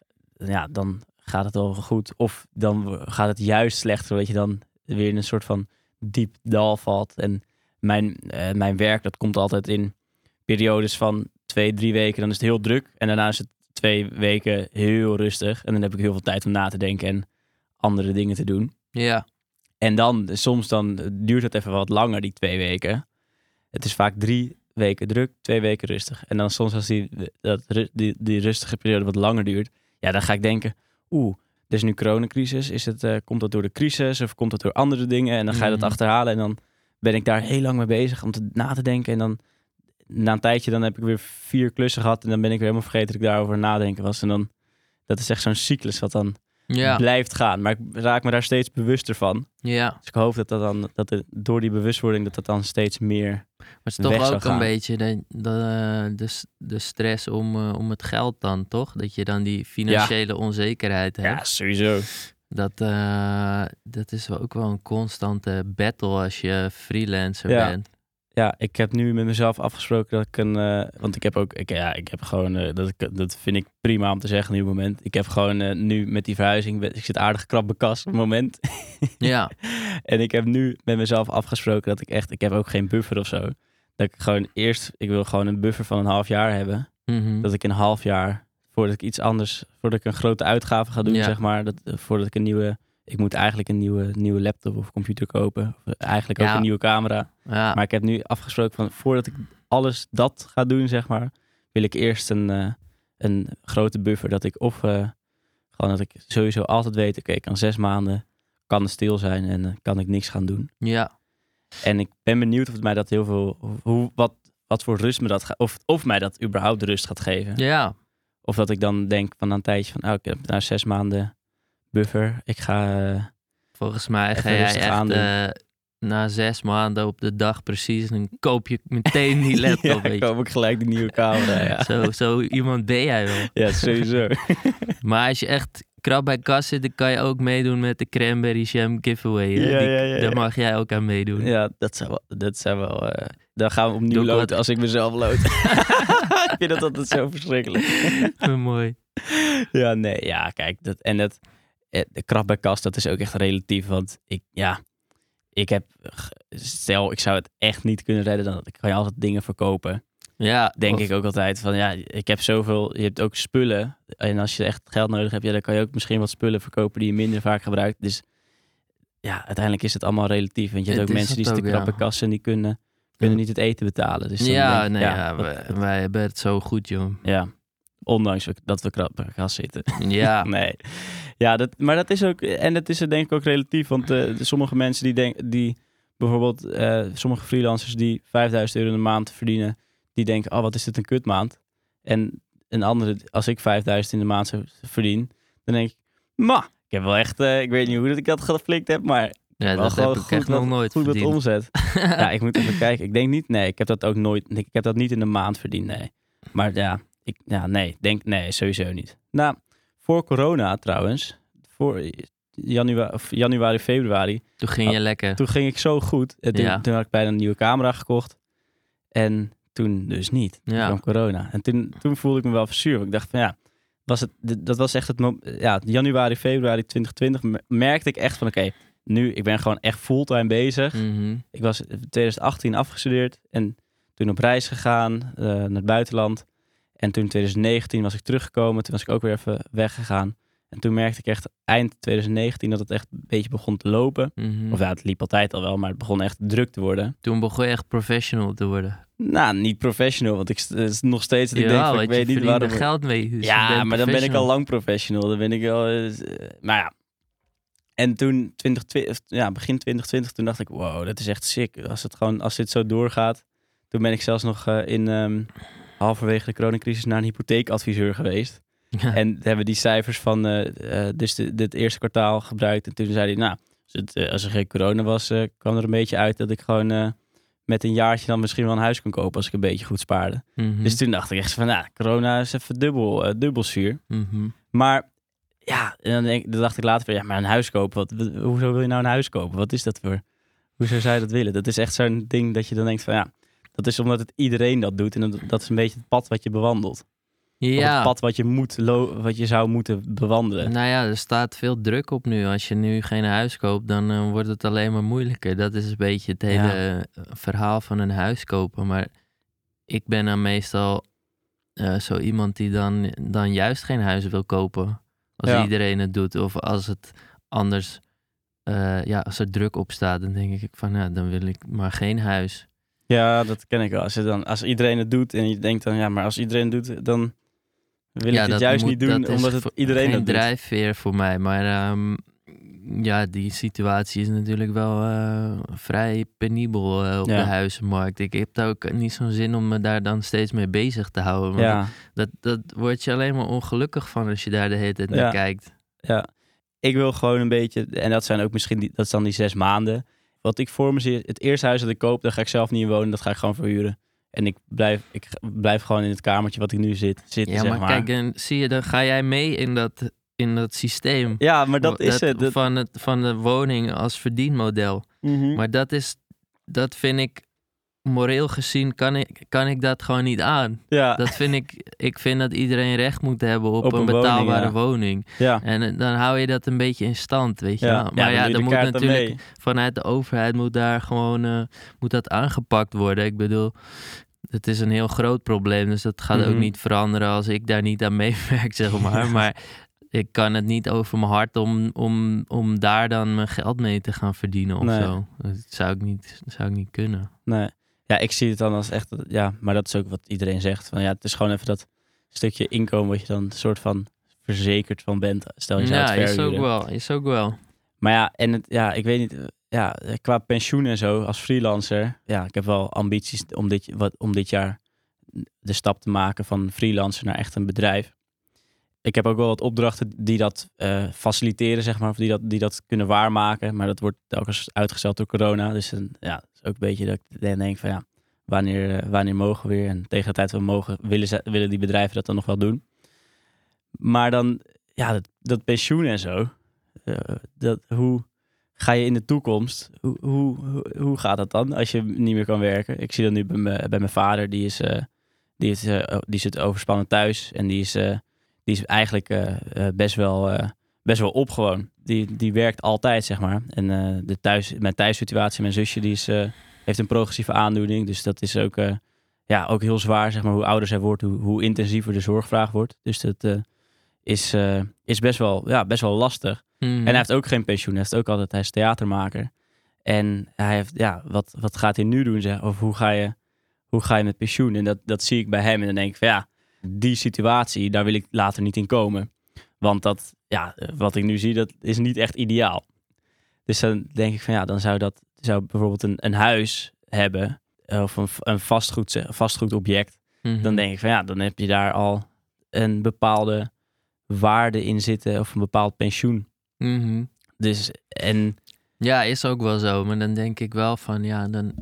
ja, dan gaat het wel goed. Of dan gaat het juist slechter, dat je dan weer in een soort van diep dal valt. En mijn, uh, mijn werk, dat komt altijd in periodes van twee, drie weken. Dan is het heel druk en daarna is het twee weken heel rustig. En dan heb ik heel veel tijd om na te denken en andere dingen te doen. ja, En dan, soms dan duurt het even wat langer, die twee weken. Het is vaak drie, weken druk, twee weken rustig. En dan soms als die, dat, die, die rustige periode wat langer duurt, ja, dan ga ik denken, oeh, er is nu coronacrisis. Is het, uh, komt dat door de crisis of komt dat door andere dingen? En dan ga je dat Mhm. achterhalen en dan ben ik daar heel lang mee bezig om te, na te denken. En dan na een tijdje dan heb ik weer vier klussen gehad en dan ben ik weer helemaal vergeten dat ik daarover aan het nadenken was. En dan, dat is echt zo'n cyclus wat dan Ja, blijft gaan. Maar ik raak me daar steeds bewuster van. ja. Dus ik hoop dat dat dan, dat het, door die bewustwording, dat dat dan steeds meer... Maar het is toch weg zou ook een gaan. beetje de, de, de, s- de stress om, uh, om het geld dan, toch? Dat je dan die financiële onzekerheid hebt. Ja, sowieso. Dat, uh, dat is wel ook wel een constante battle als je freelancer Ja. bent. Ja, ik heb nu met mezelf afgesproken dat ik een... Uh, want ik heb ook... Ik, ja, ik heb gewoon... Uh, dat, dat vind ik prima om te zeggen nu moment. Ik heb gewoon uh, nu met die verhuizing... Ik zit aardig krap bekast op het moment. Ja. En ik heb nu met mezelf afgesproken dat ik echt... Ik heb ook geen buffer of zo. Dat ik gewoon eerst... Ik wil gewoon een buffer van een half jaar hebben. Mhm. Dat ik een half jaar... Voordat ik iets anders... Voordat ik een grote uitgave ga doen, Ja. zeg maar. Dat, uh, voordat ik een nieuwe... Ik moet eigenlijk een nieuwe, nieuwe laptop of computer kopen. Of eigenlijk ook Ja. een nieuwe camera. Ja. Maar ik heb nu afgesproken van voordat ik alles dat ga doen, zeg maar, wil ik eerst een, uh, een grote buffer. Dat ik of uh, gewoon dat ik sowieso altijd weet, oké, okay, ik kan zes maanden, kan het stil zijn en uh, kan ik niks gaan doen. Ja. En ik ben benieuwd of het mij dat heel veel, hoe, wat, wat voor rust me dat gaat, of, of mij dat überhaupt rust gaat geven. Ja. Of dat ik dan denk van een tijdje van, oh, ik heb nou zes maanden buffer, ik ga... Uh, Volgens mij ga even jij rustig echt aandoen. uh, na zes maanden op de dag precies, dan koop je meteen die laptop. ja, weet je. koop ik gelijk de nieuwe camera. Ja, Zo, zo iemand ben jij wel. ja sowieso. Maar als je echt krap bij kas zit, dan kan je ook meedoen met de cranberry jam giveaway. Hè? Ja, Die, ja, ja, ja. Daar mag jij ook aan meedoen. Ja, dat zou wel... Dat zou wel uh, dan gaan we opnieuw Doe ik loten wat- als ik mezelf lood. ik vind dat altijd zo verschrikkelijk. Mooi. ja, nee, ja, kijk. Dat, en dat, eh, de kracht bij kast, dat is ook echt relatief. Want ik, ja... Ik heb... Stel, ik zou het echt niet kunnen redden. Dan kan je altijd dingen verkopen. Ja, Denk of- ik ook altijd van, ja, ik heb zoveel... Je hebt ook spullen. En als je echt geld nodig hebt, ja, dan kan je ook misschien wat spullen verkopen die je minder vaak gebruikt. Dus ja, uiteindelijk is het allemaal relatief. Want je hebt Het ook is mensen die het zitten ook, krap ja. bij kassen en die kunnen, kunnen niet het eten betalen. Dus dan ja, denk ik, nee, ja, ja, dat- wij, dat- wij hebben het zo goed, joh. ja, ondanks we- dat we krap bij kas zitten. Ja, Nee. Ja, dat, maar dat is ook... En dat is er denk ik ook relatief. Want uh, sommige mensen die denken... Die bijvoorbeeld uh, sommige freelancers die vijfduizend euro in de maand verdienen... Die denken, oh, wat is dit een kutmaand. En een andere... Als ik vijfduizend in de maand zou verdien... Dan denk ik, ma, ik heb wel echt... Uh, ik weet niet hoe dat ik dat geflikt heb, maar... ja wel dat gewoon heb ik goed echt nog wat- nooit Goed wat verdiend. omzet. ja, ik moet even kijken. Ik denk niet... Nee, ik heb dat ook nooit... Ik heb dat niet in de maand verdiend, nee. Maar ja, ik, ja nee, denk... Nee, sowieso niet. Nou, voor corona trouwens... Voor januari, of januari februari... Toen ging je lekker. Toen ging ik zo goed. En toen, Ja. toen had ik bijna een nieuwe camera gekocht. En toen dus niet. Toen Ja. kwam corona. En toen, toen voelde ik me wel verzuurd. Want ik dacht van ja... Was het, dit- dat was echt het moment... Ja, januari, februari twintig twintig... me- merkte ik echt van oké... nu, ik ben gewoon echt fulltime bezig. Mhm. Ik was in twintig achttien afgestudeerd. En toen op reis gegaan. Uh, naar het buitenland. En toen in twintig negentien was ik teruggekomen. Toen was ik ook weer even weggegaan. En toen merkte ik echt eind twintig negentien... dat het echt een beetje begon te lopen. Mhm. Of ja, het liep altijd al wel, maar het begon echt druk te worden. Toen begon je echt professional te worden. Nou, niet professional, want ik st- het is nog steeds dat ik denk van, want ik weet je niet verdiende waarom... geld mee. Dus je ja, bent maar dan ben ik al professional. lang professional. Dan ben ik wel... eh, maar ja. En toen, twintig twintig, ja, begin twintig twintig, toen dacht ik, wow, dat is echt sick. Als, het gewoon, als dit zo doorgaat. Toen ben ik zelfs nog uh, in um, halverwege de coronacrisis naar een hypotheekadviseur geweest. Ja. En hebben die cijfers van uh, uh, dus de, dit eerste kwartaal gebruikt. En toen zei hij, nou, als, het, uh, als er geen corona was, uh, kwam er een beetje uit dat ik gewoon uh, met een jaartje dan misschien wel een huis kon kopen als ik een beetje goed spaarde. Mhm. Dus toen dacht ik echt van, nou, corona is even dubbel, uh, dubbel zuur. Mhm. Maar ja, en dan, denk, dan dacht ik later van, ja, maar een huis kopen, wat, wat, hoezo wil je nou een huis kopen? Wat is dat voor? Hoezo zou je dat willen? Dat is echt zo'n ding dat je dan denkt van, ja, dat is omdat het iedereen dat doet. En dat, dat is een beetje het pad wat je bewandelt. Of Ja. het pad wat je, moet lo- wat je zou moeten bewandelen. Nou ja, er staat veel druk op nu. Als je nu geen huis koopt, dan uh, wordt het alleen maar moeilijker. Dat is een beetje het hele Ja. uh, verhaal van een huis kopen. Maar ik ben dan meestal uh, zo iemand die dan, dan juist geen huis wil kopen. Als Ja. iedereen het doet. Of als het anders, uh, ja, als er druk op staat, dan denk ik van, ja, dan wil ik maar geen huis. Ja, dat ken ik wel. Als, je dan, als iedereen het doet en je denkt dan, ja, maar als iedereen het doet, dan wil Ja, ik het dat juist moet- niet doen, dat is omdat het voor- iedereen geen dat doet. drijfveer voor mij. Maar ehm, ja, die situatie is natuurlijk wel eh, vrij penibel eh, op Ja. de huizenmarkt. Ik heb daar ook niet zo'n zin om me daar dan steeds mee bezig te houden. Want Ja, dat, dat word je alleen maar ongelukkig van als je daar de hele tijd naar Ja. kijkt. ja. Ik wil gewoon een beetje, en dat zijn ook misschien, die, dat is dan die zes maanden. Wat ik voor me zie, het eerste huis dat ik koop, daar ga ik zelf niet in wonen, dat ga ik gewoon verhuren. En ik blijf, ik blijf gewoon in het kamertje wat ik nu zit, zitten, Ja, zeg maar, maar. kijk, en zie je, dan ga jij mee in dat, in dat systeem. Ja, maar dat is het. Dat- Van, het. van de woning als verdienmodel. Mhm. Maar dat is, dat vind ik, moreel gezien kan ik, kan ik dat gewoon niet aan. Ja, Dat vind ik, ik vind dat iedereen recht moet hebben op, Op een een woning, betaalbare ja. woning. ja. En eh, dan hou je dat een beetje in stand, weet je Ja. wel. Maar ja, doe je dan de moet kaart natuurlijk mee. vanuit de overheid moet daar gewoon eh, moet dat aangepakt worden. Ik bedoel, het is een heel groot probleem, dus dat gaat ook Mhm. niet veranderen als ik daar niet aan meewerk, zeg maar. Maar ik kan het niet over mijn hart om, om, om daar dan mijn geld mee te gaan verdienen of Nee. zo. Dat zou ik niet, dat zou ik niet kunnen. Nee. Ja, ik zie het dan als echt, ja, maar dat is ook wat iedereen zegt. Van ja, het is gewoon even dat stukje inkomen wat je dan een soort van verzekerd van bent. Stel je zou Ja, het is ook verhuren. wel, is ook wel. Maar ja, en het, ja, ik weet niet, eh, ja, qua pensioen en zo als freelancer. Ja, ik heb wel ambities om dit, wat, om dit jaar de stap te maken van freelancer naar echt een bedrijf. Ik heb ook wel wat opdrachten die dat eh, faciliteren, zeg maar, of die dat, die dat kunnen waarmaken. Maar dat wordt telkens uitgesteld door corona. Dus een, ja, dat is ook een beetje dat ik dan denk van ja, wanneer, eh, wanneer mogen we weer? En tegen de tijd dat we mogen, willen, ze, willen die bedrijven dat dan nog wel doen. Maar dan, ja, dat, dat pensioen en zo. eh, dat, hoe ga je in de toekomst? Hoe, hoe, hoe, hoe gaat dat dan als je niet meer kan werken? Ik zie dat nu bij, me, bij mijn vader. Die, is, eh, die, is, eh, die zit overspannen thuis. En die is, eh, die is eigenlijk eh, eh, best, wel, eh, best wel op gewoon. Die, die werkt altijd, zeg maar. En eh, de thuis, mijn thuissituatie, mijn zusje, die is, eh, heeft een progressieve aandoening. Dus dat is ook, eh, ja, ook heel zwaar, zeg maar. Hoe ouder zij wordt, hoe, hoe intensiever de zorgvraag wordt. Dus dat eh, is, eh, is best, wel, ja, best wel lastig. Mhm. En hij heeft ook geen pensioen. Hij heeft ook altijd, hij is theatermaker. En hij heeft, ja, wat, wat gaat hij nu doen? Zeg? Of hoe ga je, hoe ga je met pensioen? En dat, dat zie ik bij hem. En dan denk ik van ja, die situatie, daar wil ik later niet in komen. Want dat, ja, wat ik nu zie, dat is niet echt ideaal. Dus dan denk ik van ja, dan zou dat, zou bijvoorbeeld een, een huis hebben. Of een, een vastgoed, vastgoedobject. Mhm. Dan denk ik van ja, dan heb je daar al een bepaalde waarde in zitten. Of een bepaald pensioen. Mhm. Dus, en Ja, is ook wel zo. Maar dan denk ik wel van, ja, dan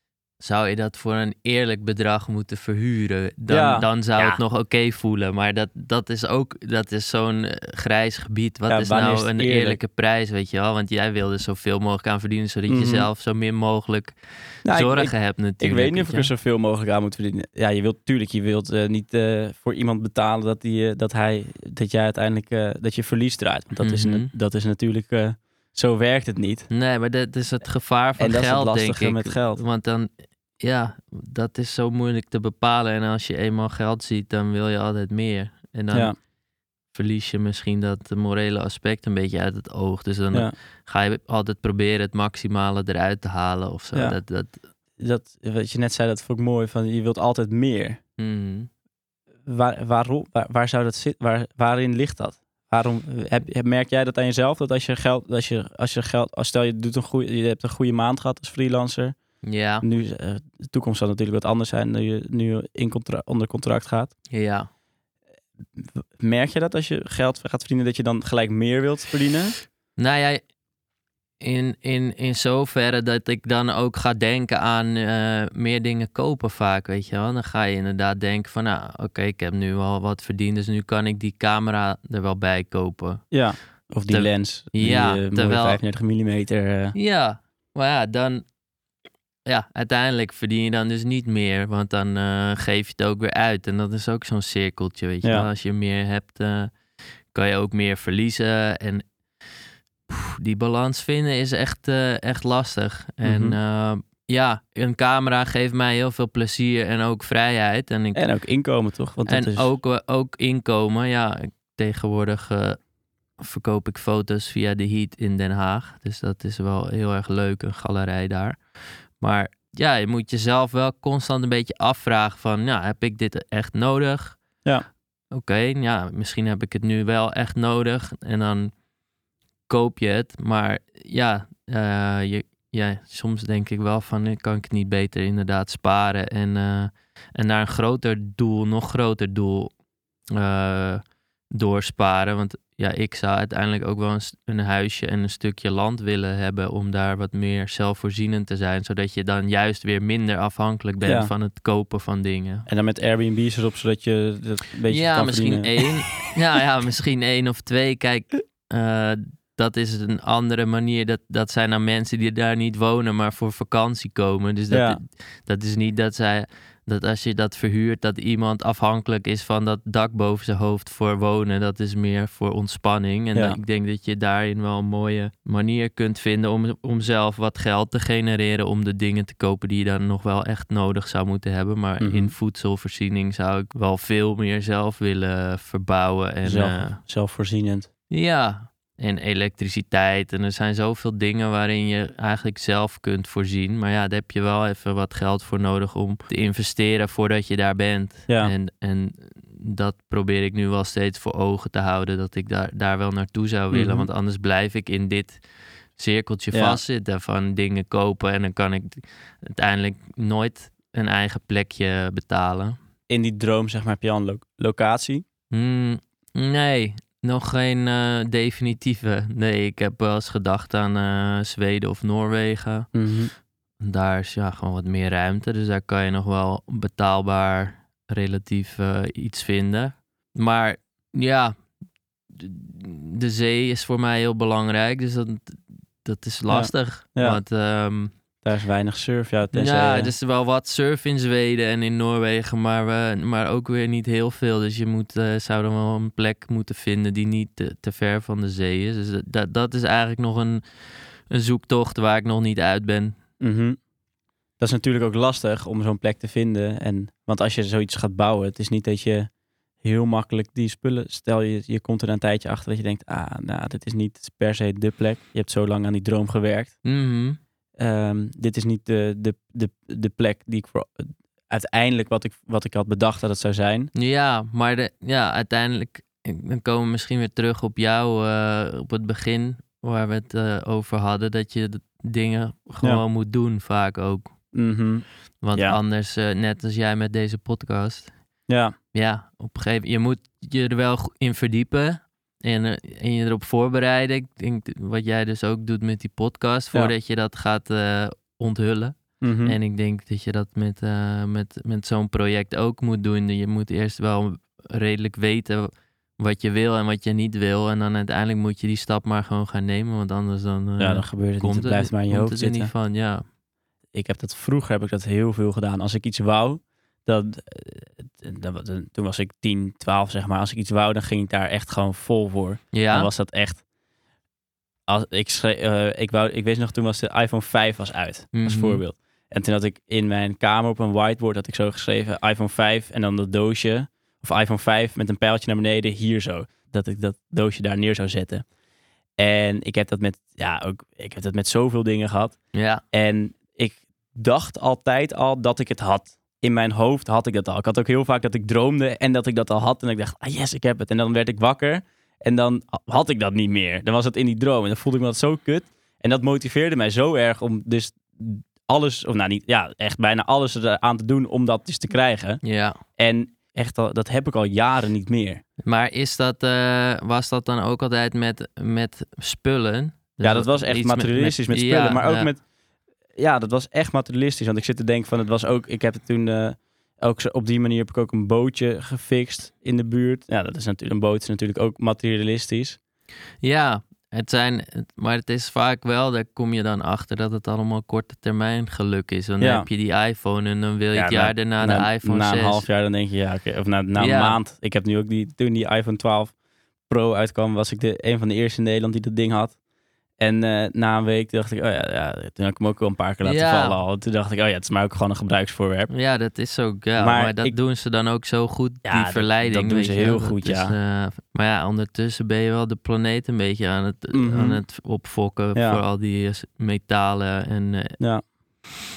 zou je dat voor een eerlijk bedrag moeten verhuren. Dan, Ja, dan zou ja. het nog oké voelen. Maar dat, dat is ook, dat is zo'n eh, grijs gebied. Wat Ja, is wanneer nou is het een eerlijk? eerlijke prijs, weet je wel? Want jij wil er zoveel mogelijk aan verdienen, zodat Mhm. je zelf zo min mogelijk nou, ik- zorgen ik, hebt natuurlijk. ik weet niet of ik weet er je? zoveel mogelijk aan moet verdienen. Ja, je wilt tuurlijk, je wilt eh, niet eh, voor iemand betalen dat, die, eh, dat, hij, dat jij uiteindelijk eh, dat je verlies draait. Want dat, is, Mhm. een, dat is natuurlijk, eh, zo werkt het niet. Nee, maar dat is het gevaar van En dat is het geld, denk lastige ik. met geld. Want dan, ja, dat is zo moeilijk te bepalen. En als je eenmaal geld ziet, dan wil je altijd meer. En dan Ja, verlies je misschien dat morele aspect een beetje uit het oog. Dus dan ja. ga je altijd proberen het maximale eruit te halen of zo. Ja. Dat, dat, Dat, wat je net zei, dat vond ik mooi. Van, je wilt altijd meer. mhm. Waar, waarom, waar, waar zou dat zitten? Waar, waarin ligt dat? Waarom heb, heb- merk jij dat aan jezelf? Dat als je geld, als je, als je geld, als stel je doet een goede, je hebt een goede maand gehad als freelancer. Ja, Nu, eh, de toekomst zal natuurlijk wat anders zijn nu je nu in contra- onder contract gaat. ja. Merk je dat als je geld gaat verdienen, dat je dan gelijk meer wilt verdienen? Nou ja, in, in, in zoverre dat ik dan ook ga denken aan eh, meer dingen kopen vaak, weet je wel. Dan ga je inderdaad denken van, nou, oké, ik heb nu al wat verdiend, dus nu kan ik die camera er wel bij kopen. Ja. Of die Ter- lens, die ja, eh, mooie terwijl- vijfendertig millimeter. eh. Ja, maar ja, dan... Ja, uiteindelijk verdien je dan dus niet meer, want dan eh, geef je het ook weer uit. En dat is ook zo'n cirkeltje, weet je Ja. wel. Als je meer hebt, eh, kan je ook meer verliezen. En poeh, die balans vinden is echt, eh, echt lastig. En Mhm. eh, ja, een camera geeft mij heel veel plezier en ook vrijheid. En, ik, En ook inkomen, toch? Want dat en is, ook, eh, ook inkomen. Ja, ik- tegenwoordig eh, verkoop ik foto's via de Heat in Den Haag. Dus dat is wel heel erg leuk, een galerij daar. Maar ja, je moet jezelf wel constant een beetje afvragen van, nou, heb ik dit echt nodig? Ja. Oké, okay, ja, misschien heb ik het nu wel echt nodig. En dan koop je het. Maar ja, uh, je, ja, soms denk ik wel van, kan ik het niet beter inderdaad sparen en, uh, en naar een groter doel, nog groter doel uh, doorsparen. Want ja, ik zou uiteindelijk ook wel een, een huisje en een stukje land willen hebben om daar wat meer zelfvoorzienend te zijn. Zodat je dan juist weer minder afhankelijk bent ja. van het kopen van dingen. En dan met Airbnb's erop, zodat je dat een beetje ja, kan misschien verdienen. één. ja, ja, misschien één of twee. Kijk, uh, dat is een andere manier. Dat, dat zijn dan mensen die daar niet wonen, maar voor vakantie komen. Dus dat, Ja. dat is niet dat zij... dat als je dat verhuurt, dat iemand afhankelijk is van dat dak boven zijn hoofd voor wonen. Dat is meer voor ontspanning. En Ja. dan, ik denk dat je daarin wel een mooie manier kunt vinden om, om zelf wat geld te genereren om de dingen te kopen die je dan nog wel echt nodig zou moeten hebben. Maar Mhm. in voedselvoorziening zou ik wel veel meer zelf willen verbouwen. En, Zelf, uh, zelfvoorzienend. Ja, en elektriciteit. En er zijn zoveel dingen waarin je eigenlijk zelf kunt voorzien. Maar ja, daar heb je wel even wat geld voor nodig om te investeren voordat je daar bent. Ja. En, en dat probeer ik nu wel steeds voor ogen te houden. Dat ik daar, daar wel naartoe zou willen. Mm-hmm. Want anders blijf ik in dit cirkeltje ja. vastzitten van dingen kopen. En dan kan ik uiteindelijk nooit een eigen plekje betalen. In die droom, zeg maar, heb je al een lo- locatie? Mm, nee. Nog geen uh, definitieve. Nee, ik heb wel eens gedacht aan uh, Zweden of Noorwegen. Mm-hmm. Daar is ja gewoon wat meer ruimte. Dus daar kan je nog wel betaalbaar relatief uh, iets vinden. Maar ja, de, de zee is voor mij heel belangrijk. Dus dat, dat is lastig. Ja. Ja. Want, um, daar is weinig surf. Ja, tenzij, ja, uh... er is wel wat surf in Zweden en in Noorwegen, maar, we, maar ook weer niet heel veel. Dus je moet, uh, zou dan wel een plek moeten vinden die niet te, te ver van de zee is. Dus dat, dat is eigenlijk nog een, een zoektocht waar ik nog niet uit ben. Mm-hmm. Dat is natuurlijk ook lastig om zo'n plek te vinden. En, want als je zoiets gaat bouwen, het is niet dat je heel makkelijk die spullen... Stel, je, je komt er een tijdje achter dat je denkt, ah, nou, dit is niet per se de plek. Je hebt zo lang aan die droom gewerkt. Mm-hmm. Um, dit is niet de, de, de, de plek die ik voor uiteindelijk wat ik, wat ik had bedacht dat het zou zijn. Ja, maar de, ja, uiteindelijk dan komen we misschien weer terug op jou, uh, op het begin waar we het uh, over hadden, dat je de dingen gewoon ja. moet doen vaak ook. Mm-hmm. Want ja. anders, uh, net als jij met deze podcast, ja, ja op een gegeven moment, je moet je er wel in verdiepen. En, uh, en je erop voorbereiden. Ik denk wat jij dus ook doet met die podcast. Voordat ja. je dat gaat uh, onthullen. Mm-hmm. En ik denk dat je dat met, uh, met, met zo'n project ook moet doen. Je moet eerst wel redelijk weten wat je wil en wat je niet wil. En dan uiteindelijk moet je die stap maar gewoon gaan nemen. Want anders dan, uh, ja, dan gebeurt het komt niet. Het blijft het, maar in je hoofd het zitten. Niet van, ja. Ik heb dat vroeger heb ik dat heel veel gedaan. Als ik iets wou... Dat, dat, dat, toen was ik tien, twaalf zeg maar. Als ik iets wou, dan ging ik daar echt gewoon vol voor. Ja. Dan was dat echt... Als, ik, schreef, uh, ik, wou, ik weet nog, toen was de iPhone vijf was uit, mm-hmm. als voorbeeld. En toen had ik in mijn kamer op een whiteboard had ik zo geschreven iPhone vijf en dan dat doosje. Of iPhone vijf met een pijltje naar beneden, hier zo. Dat ik dat doosje daar neer zou zetten. En ik heb dat met, ja, ook, ik heb dat met zoveel dingen gehad. Ja. En ik dacht altijd al dat ik het had. In mijn hoofd had ik dat al. Ik had ook heel vaak dat ik droomde en dat ik dat al had. En ik dacht, ah yes, ik heb het. En dan werd ik wakker en dan had ik dat niet meer. Dan was het in die droom en dan voelde ik me dat zo kut. En dat motiveerde mij zo erg om dus alles, of nou niet, ja, echt bijna alles eraan te doen om dat dus te krijgen. Ja. En echt, al, dat heb ik al jaren niet meer. Maar is dat, uh, was dat dan ook altijd met, met spullen? Dus ja, dat was echt materialistisch met, met, met spullen, ja, maar ook ja. met... Ja, dat was echt materialistisch. Want ik zit te denken van, het was ook... Ik heb het toen... Uh, ook op die manier heb ik ook een bootje gefixt in de buurt. Ja, dat is natuurlijk... Een boot is natuurlijk ook materialistisch. Ja, het zijn... Maar het is vaak wel... Daar kom je dan achter dat het allemaal korte termijn geluk is. Want dan ja. heb je die iPhone en dan wil je ja, het jaar daarna na, de iPhone na zes. Na een half jaar dan denk je, ja, oké. Okay. Of na, na ja. een maand. Ik heb nu ook die... Toen die iPhone twaalf Pro uitkwam, was ik de, een van de eerste in Nederland die dat ding had. En uh, na een week dacht ik, oh ja, ja, toen heb ik hem ook wel een paar keer laten ja. vallen al. Toen dacht ik, oh ja, het is maar ook gewoon een gebruiksvoorwerp. Ja, dat is ook, ja. Maar, maar dat ik, doen ze dan ook zo goed, ja, die verleiding. Dat, dat doen ze heel je, goed, is, ja. Uh, maar ja, ondertussen ben je wel de planeet een beetje aan het, mm-hmm. aan het opfokken ja. voor al die metalen en... Uh, ja.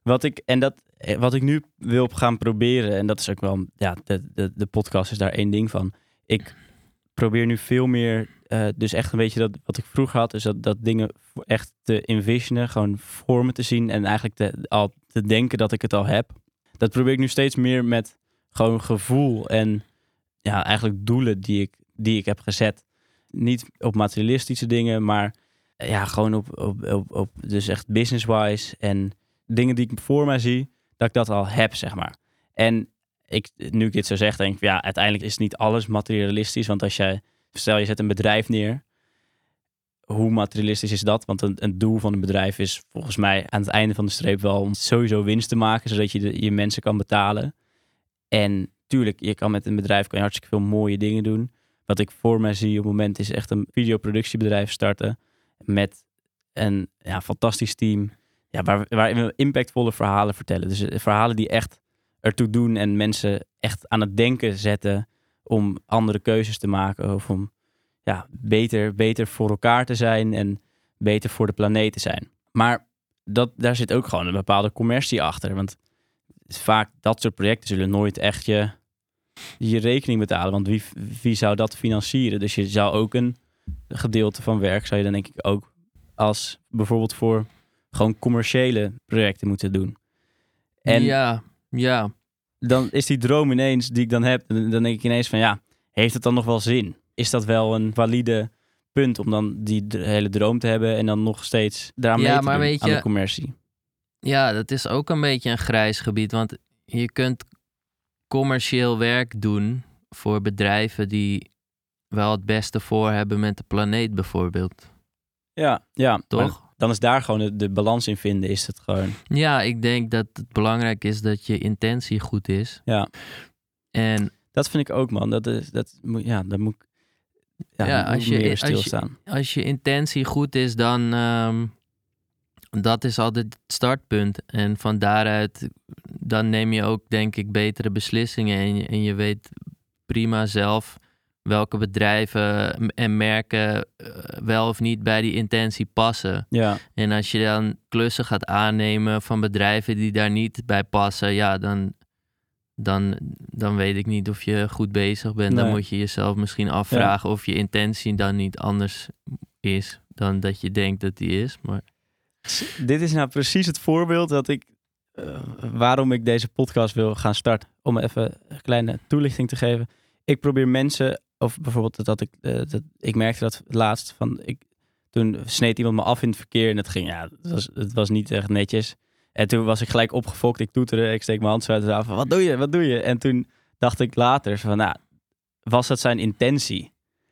Wat ik, en dat, wat ik nu wil gaan proberen, en dat is ook wel, ja, de, de, de podcast is daar één ding van. Ik probeer nu veel meer, uh, dus echt een beetje dat wat ik vroeger had, is dat, dat dingen echt te envisionen, gewoon voor me te zien en eigenlijk te, al te denken dat ik het al heb. Dat probeer ik nu steeds meer met gewoon gevoel en ja, eigenlijk doelen die ik, die ik heb gezet. Niet op materialistische dingen, maar ja, gewoon op, op, op, op dus echt business-wise en dingen die ik voor mij zie, dat ik dat al heb, zeg maar. En ik, nu ik dit zo zeg, denk ik, ja, uiteindelijk is niet alles materialistisch. Want als jij, stel je zet een bedrijf neer, hoe materialistisch is dat? Want een, een doel van een bedrijf is volgens mij aan het einde van de streep wel om sowieso winst te maken, zodat je de, je mensen kan betalen. En tuurlijk, je kan met een bedrijf kan je hartstikke veel mooie dingen doen. Wat ik voor mij zie op het moment is echt een videoproductiebedrijf starten met een ja, fantastisch team. Ja, waar, waar we impactvolle verhalen vertellen. Dus verhalen die echt ertoe doen en mensen echt aan het denken zetten om andere keuzes te maken of om ja, beter, beter voor elkaar te zijn en beter voor de planeet te zijn. Maar dat, daar zit ook gewoon een bepaalde commercie achter. Want vaak dat soort projecten zullen nooit echt je, je rekening betalen. Want wie, wie zou dat financieren? Dus je zou ook een gedeelte van werk zou je dan denk ik ook als bijvoorbeeld voor gewoon commerciële projecten moeten doen. En ja, ja. Dan is die droom ineens die ik dan heb, dan denk ik ineens van ja, heeft het dan nog wel zin? Is dat wel een valide punt om dan die d- hele droom te hebben en dan nog steeds daaraan Ja, mee te maar doen weet aan je- de commercie? Ja, dat is ook een beetje een grijs gebied. Want je kunt commercieel werk doen voor bedrijven die wel het beste voor hebben met de planeet bijvoorbeeld. Ja, ja. Toch? Maar dan is daar gewoon de, de balans in vinden, is het gewoon. Ja, ik denk dat het belangrijk is dat je intentie goed is. Ja. En Dat vind ik ook, man. Dat is, dat moet, ja, dat moet, ja, Ja, moet ik als je- meer als je- stilstaan. als je intentie goed is, dan um, dat is altijd het startpunt. En van daaruit, dan neem je ook, denk ik, betere beslissingen. En je, en je weet prima zelf welke bedrijven en merken uh, wel of niet bij die intentie passen. Ja, En als je dan klussen gaat aannemen van bedrijven die daar niet bij passen, ja, dan, dan, dan weet ik niet of je goed bezig bent. Dan Nee. moet je jezelf misschien afvragen of je intentie dan niet anders is dan dat je denkt dat die is. Maar dit is nou precies het voorbeeld dat ik, uh, waarom ik deze podcast wil gaan starten. Om even een kleine toelichting te geven. Ik probeer mensen, of bijvoorbeeld dat ik, uh, dat, ik merkte dat laatst van, ik, toen sneed iemand me af in het verkeer en het ging, ja, het was, het was niet echt netjes. En toen was ik gelijk opgefokt, ik toeterde, ik steek mijn hand zo uit de raam van, wat doe je, wat doe je? En toen dacht ik later van, nou, was dat zijn intentie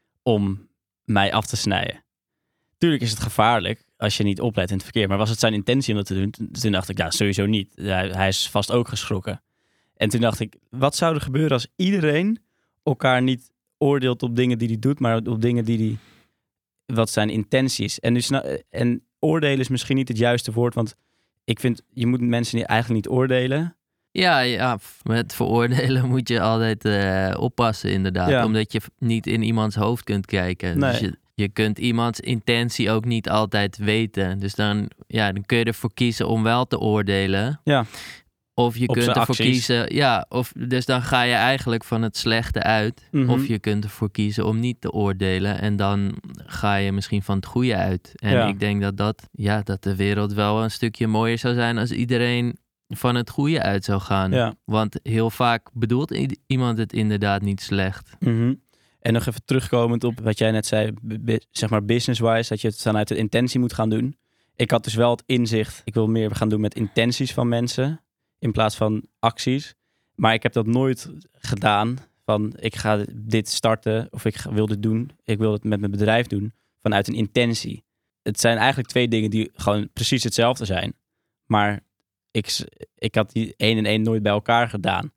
om mij af te snijden? Tuurlijk is het gevaarlijk als je niet oplet in het verkeer, maar was het zijn intentie om dat te doen? Toen dacht ik, ja, sowieso niet. Hij, hij is vast ook geschrokken. En toen dacht ik, wat zou er gebeuren als iedereen elkaar niet oordeelt op dingen die hij doet, maar op dingen die hij, wat zijn intenties. En, dus, en oordelen is misschien niet het juiste woord, want ik vind, je moet mensen niet, eigenlijk niet oordelen. ja, ja, met veroordelen moet je altijd uh, oppassen inderdaad. Ja. Omdat je niet in iemands hoofd kunt kijken. Nee. Dus je, je kunt iemands intentie ook niet altijd weten. Dus dan, ja, dan kun je ervoor kiezen om wel te oordelen. Ja. Of je Op kunt zijn ervoor acties. kiezen, ja, of dus dan ga je eigenlijk van het slechte uit. Mhm. Of je kunt ervoor kiezen om niet te oordelen. En dan ga je misschien van het goede uit. En Ja. ik denk dat, dat, ja, dat de wereld wel een stukje mooier zou zijn als iedereen van het goede uit zou gaan. Ja. Want heel vaak bedoelt i- iemand het inderdaad niet slecht. Mhm. En nog even terugkomend op wat jij net zei, b- b- zeg maar business-wise, dat je het vanuit de intentie moet gaan doen. Ik had dus wel het inzicht, ik wil meer gaan doen met intenties van mensen in plaats van acties. Maar ik heb dat nooit gedaan van ik ga dit starten of ik ga- wil dit doen. Ik wil het met mijn bedrijf doen vanuit een intentie. Het zijn eigenlijk twee dingen die gewoon precies hetzelfde zijn. Maar ik, s- ik had die één en één nooit bij elkaar gedaan.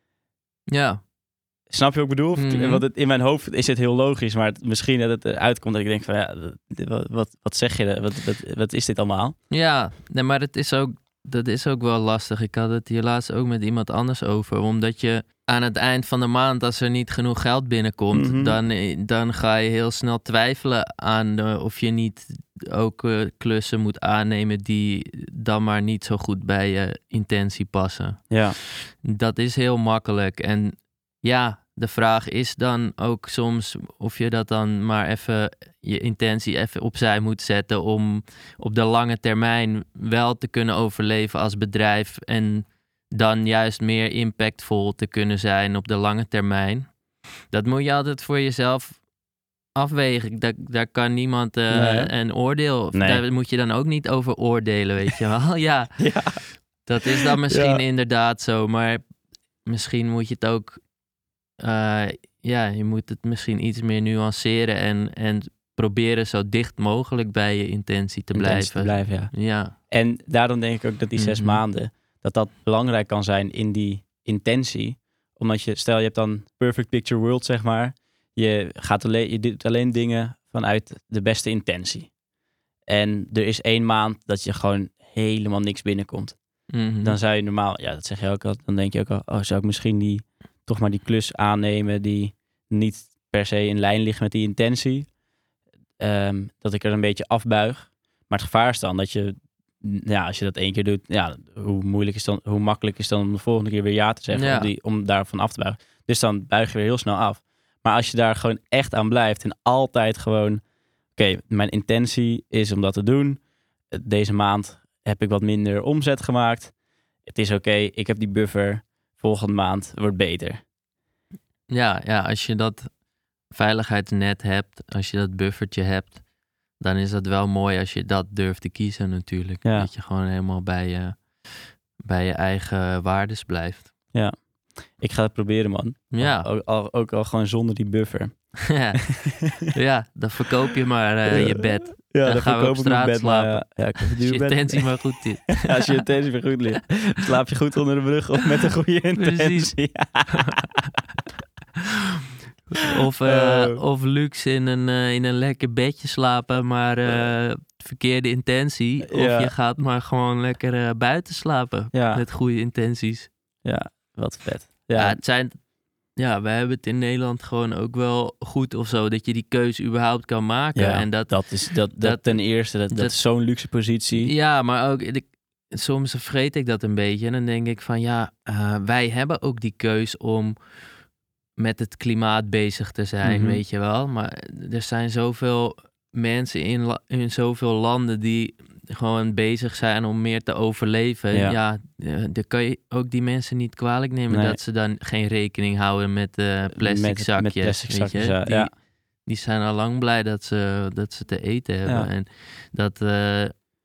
Ja, Snap je wat ik bedoel? Of- Mhm. Want het, in mijn hoofd is het heel logisch, maar het, misschien dat het eruit komt dat ik denk van ja, dit- wat, wat, wat zeg je? Wat, wat, wat is dit allemaal? ja, nee, maar het is ook dat is ook wel lastig. Ik had het hier laatst ook met iemand anders over. Omdat je aan het eind van de maand, als er niet genoeg geld binnenkomt, Mm-hmm. dan, dan ga je heel snel twijfelen aan uh, of je niet ook uh, klussen moet aannemen die dan maar niet zo goed bij je intentie passen. Ja. Dat is heel makkelijk. En ja, de vraag is dan ook soms of je dat dan maar even je intentie even opzij moet zetten om op de lange termijn wel te kunnen overleven als bedrijf en dan juist meer impactvol te kunnen zijn op de lange termijn. Dat moet je altijd voor jezelf afwegen. Daar, daar kan niemand uh, Nee. een oordeel... Nee. Daar moet je dan ook niet over oordelen, weet je wel. Ja, Ja. dat is dan misschien Ja. inderdaad zo. Maar misschien moet je het ook... Uh, ja, je moet het misschien iets meer nuanceren en, en proberen zo dicht mogelijk bij je intentie te Intentie blijven. te blijven, ja. Ja. En daarom denk ik ook dat die zes Mhm. maanden, dat dat belangrijk kan zijn in die intentie. Omdat je, stel je hebt dan perfect picture world, zeg maar. Je, gaat alleen, je doet alleen dingen vanuit de beste intentie. En er is één maand dat je gewoon helemaal niks binnenkomt. Mhm. Dan zou je normaal, ja, dat zeg je ook al, dan denk je ook al, oh, zou ik misschien die, toch maar die klus aannemen die niet per se in lijn ligt met die intentie. Um, dat ik er een beetje afbuig. Maar het gevaar is dan dat je, ja, als je dat één keer doet, ja, hoe moeilijk is dan, hoe makkelijk is dan om de volgende keer weer ja te zeggen, Ja. om, die, om daarvan af te buigen. Dus dan buig je weer heel snel af. Maar als je daar gewoon echt aan blijft en altijd gewoon, oké, okay, mijn intentie is om dat te doen. Deze maand heb ik wat minder omzet gemaakt. Het is oké, okay, ik heb die buffer. Volgende maand wordt beter. Ja, ja, als je dat veiligheidsnet hebt, als je dat buffertje hebt, dan is dat wel mooi als je dat durft te kiezen natuurlijk. Ja. Dat je gewoon helemaal bij je, bij je eigen waardes blijft. Ja, ik ga het proberen, man. Ja. Ook al, ook al gewoon zonder die buffer. ja. ja, dan verkoop je maar uh, je bed. Ja, dan gaan we op straat bed, slapen. Maar, ja, ik als je intentie maar goed is. Ja, als je intentie maar goed ligt. Slaap je goed onder de brug of met een goede intentie. of, uh, uh. of luxe in een, uh, in een lekker bedje slapen, maar uh, verkeerde intentie. Of ja. je gaat maar gewoon lekker uh, buiten slapen ja. met goede intenties. Ja, wat vet. Ja, ja, het zijn... Ja, we hebben het in Nederland gewoon ook wel goed of zo, dat je die keuze überhaupt kan maken. Ja, en dat, dat is dat, dat, dat ten eerste, dat, dat, dat is zo'n luxe positie. Ja, maar ook, ik, soms vergeet ik dat een beetje en dan denk ik van ja, uh, wij hebben ook die keus om met het klimaat bezig te zijn, mm-hmm. weet je wel. Maar er zijn zoveel mensen in, in zoveel landen die gewoon bezig zijn om meer te overleven. Ja, ja dan kan je ook die mensen niet kwalijk nemen nee. dat ze dan geen rekening houden met uh, plastic met, zakjes. Met plastic weet zakjes, je? Ja. Die, ja. die zijn al lang blij dat ze, dat ze te eten hebben. Ja. En dat, uh,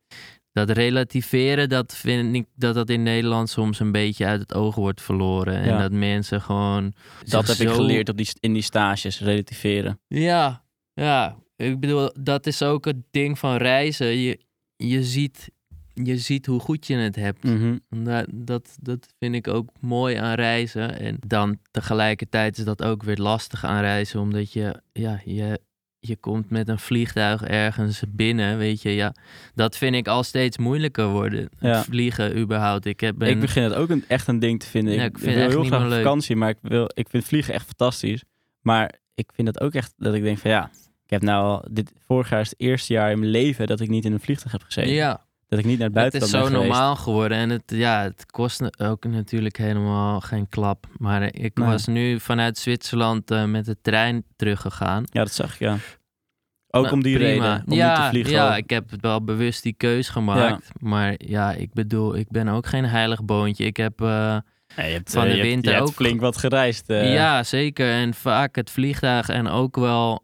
dat relativeren, dat vind ik dat dat in Nederland soms een beetje uit het oog wordt verloren. En ja. dat mensen gewoon... Dat heb zo... ik geleerd op die, in die stages, relativeren. Ja, ja. Ik bedoel, dat is ook het ding van reizen. Je, je, ziet, je ziet hoe goed je het hebt. Mm-hmm. Dat, dat, dat vind ik ook mooi aan reizen. En dan tegelijkertijd is dat ook weer lastig aan reizen. Omdat je, ja, je, je komt met een vliegtuig ergens binnen, weet je. Ja, dat vind ik al steeds moeilijker worden. Ja. Vliegen überhaupt. Ik, heb een... ik begin het ook een, echt een ding te vinden. Ja, ik, ik vind ik wil het heel echt graag niet op meer vakantie, maar ik, wil, ik vind vliegen echt fantastisch. Maar ik vind het ook echt dat ik denk van ja... Ik heb nou al, dit vorig jaar is het eerste jaar in mijn leven dat ik niet in een vliegtuig heb gezeten. Ja. Dat ik niet naar het buitenland ben geweest. Het is zo normaal geworden en het, ja, het kost ook natuurlijk helemaal geen klap. Maar ik nee. was nu vanuit Zwitserland uh, met de trein teruggegaan. Ja, dat zag ik, ja. Ook nou, om die prima. reden, om ja, niet te vliegen. Ja, ik heb wel bewust die keus gemaakt. Ja. Maar ja, ik bedoel, ik ben ook geen heilig boontje. Ik heb... Uh, Ja, je hebt, van de je winter hebt, je ook hebt flink wat gereisd. Uh. Ja, zeker. En vaak het vliegtuig en ook wel...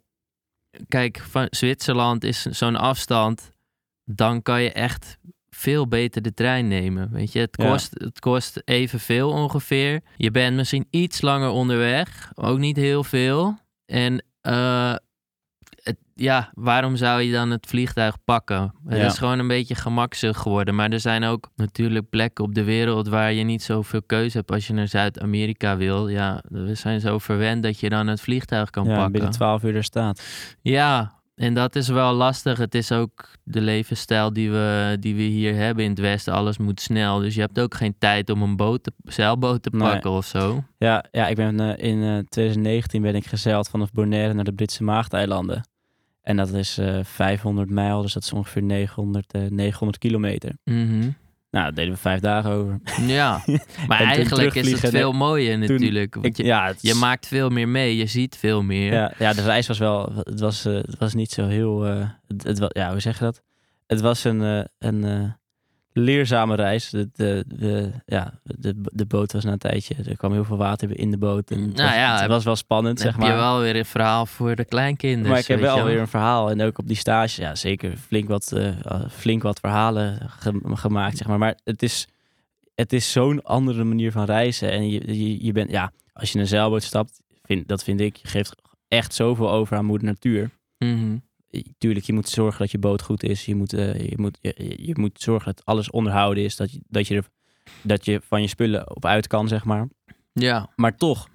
Kijk, van Zwitserland is zo'n afstand. Dan kan je echt veel beter de trein nemen. Weet je, het kost, ja. het kost evenveel ongeveer. Je bent misschien iets langer onderweg. Ook niet heel veel. En uh, het, ja, waarom zou je dan het vliegtuig pakken? Het ja. is gewoon een beetje gemakzucht geworden. Maar er zijn ook natuurlijk plekken op de wereld waar je niet zoveel keuze hebt als je naar Zuid-Amerika wil. Ja, we zijn zo verwend dat je dan het vliegtuig kan ja, pakken. binnen twaalf uur er staat. Ja, En dat is wel lastig. Het is ook de levensstijl die we, die we hier hebben in het Westen. Alles moet snel. Dus je hebt ook geen tijd om een boot te, zeilboot te pakken Nee. of zo. Ja, ja ik ben uh, in uh, twintig negentien ben ik gezeild vanaf Bonaire naar de Britse Maagdeilanden. En dat is uh, vijfhonderd mijl, dus dat is ongeveer negenhonderd, uh, negenhonderd kilometer. Mm-hmm. Nou, daar deden we vijf dagen over. Ja, maar eigenlijk is het veel mooier natuurlijk. Want ik, je, ja, het je is, maakt veel meer mee, je ziet veel meer. Ja, ja de reis was wel, het was, uh, het was niet zo heel, uh, het, het, ja, hoe zeg je dat? Het was een, uh, een uh, leerzame reis. De, de, de, ja, de, de boot was na een tijdje, er kwam heel veel water in de boot. En het, nou was, ja, het was wel spannend, zeg heb maar. je wel weer een verhaal voor de kleinkinderen. Maar ik heb wel, wel weer een verhaal. En ook op die stage, ja zeker, flink wat, uh, flink wat verhalen ge- gemaakt, zeg maar. Maar het is, het is zo'n andere manier van reizen. En je, je, je bent, ja, als je in een zeilboot stapt, vind, dat vind ik, je geeft echt zoveel over aan moeder natuur. Mm-hmm. Tuurlijk, je moet zorgen dat je boot goed is. Je moet, uh, je moet, je, je moet zorgen dat alles onderhouden is. Dat je, dat, je er, dat je van je spullen op uit kan, zeg maar. Ja. Maar toch.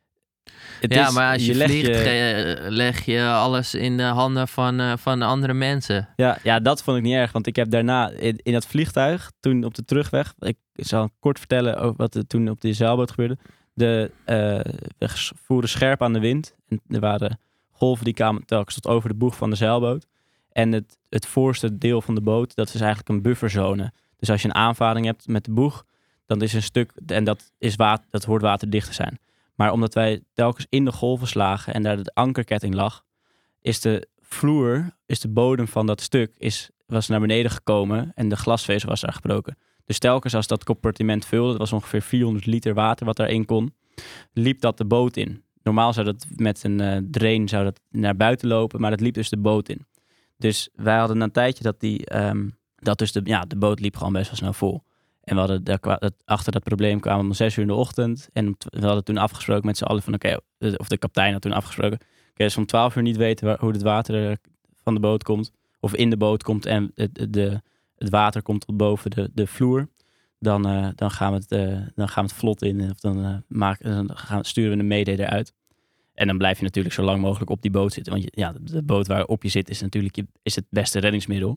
Het ja, is, maar als je, je vliegt, je... leg je alles in de handen van, uh, van andere mensen. Ja, ja, dat vond ik niet erg. Want ik heb daarna in, in dat vliegtuig, toen op de terugweg... Ik zal kort vertellen over wat er toen op die zeilboot gebeurde. De, uh, we voeren scherp aan de wind. En er waren golven die kwamen telkens tot over de boeg van de zeilboot. En het, het voorste deel van de boot, dat is eigenlijk een bufferzone. Dus als je een aanvaring hebt met de boeg, dan is een stuk... En dat, is water, dat hoort waterdicht te zijn. Maar omdat wij telkens in de golven slagen en daar de ankerketting lag, is de vloer, is de bodem van dat stuk, is, was naar beneden gekomen en de glasvezel was daar gebroken. Dus telkens als dat compartiment vulde, dat was ongeveer vierhonderd liter water wat daarin kon, liep dat de boot in. Normaal zou dat met een uh, drain zou dat naar buiten lopen, maar dat liep dus de boot in. Dus wij hadden een tijdje dat die, um, dat dus de, ja, de boot liep gewoon best wel snel vol. En we hadden daar, achter dat probleem kwamen we om zes uur in de ochtend. En we hadden toen afgesproken met z'n allen van oké, okay, of de kapitein had toen afgesproken. Oké, okay, dus om twaalf uur niet weten waar, hoe het water van de boot komt. Of in de boot komt en het, de, het water komt tot boven de, de vloer. Dan, uh, dan, gaan we het, uh, dan gaan we het vlot in. Of dan, uh, maken, dan gaan, sturen we een Mayday eruit. En dan blijf je natuurlijk zo lang mogelijk op die boot zitten. Want je, ja, de boot waarop je zit is natuurlijk je, is het beste reddingsmiddel.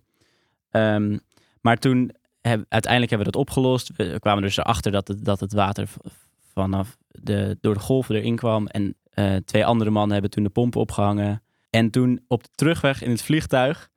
Um, maar toen... Heb, uiteindelijk hebben we dat opgelost. We kwamen dus erachter dat het, dat het water vanaf de, door de golven erin kwam. En uh, twee andere mannen hebben toen de pompen opgehangen. En toen op de terugweg in het vliegtuig.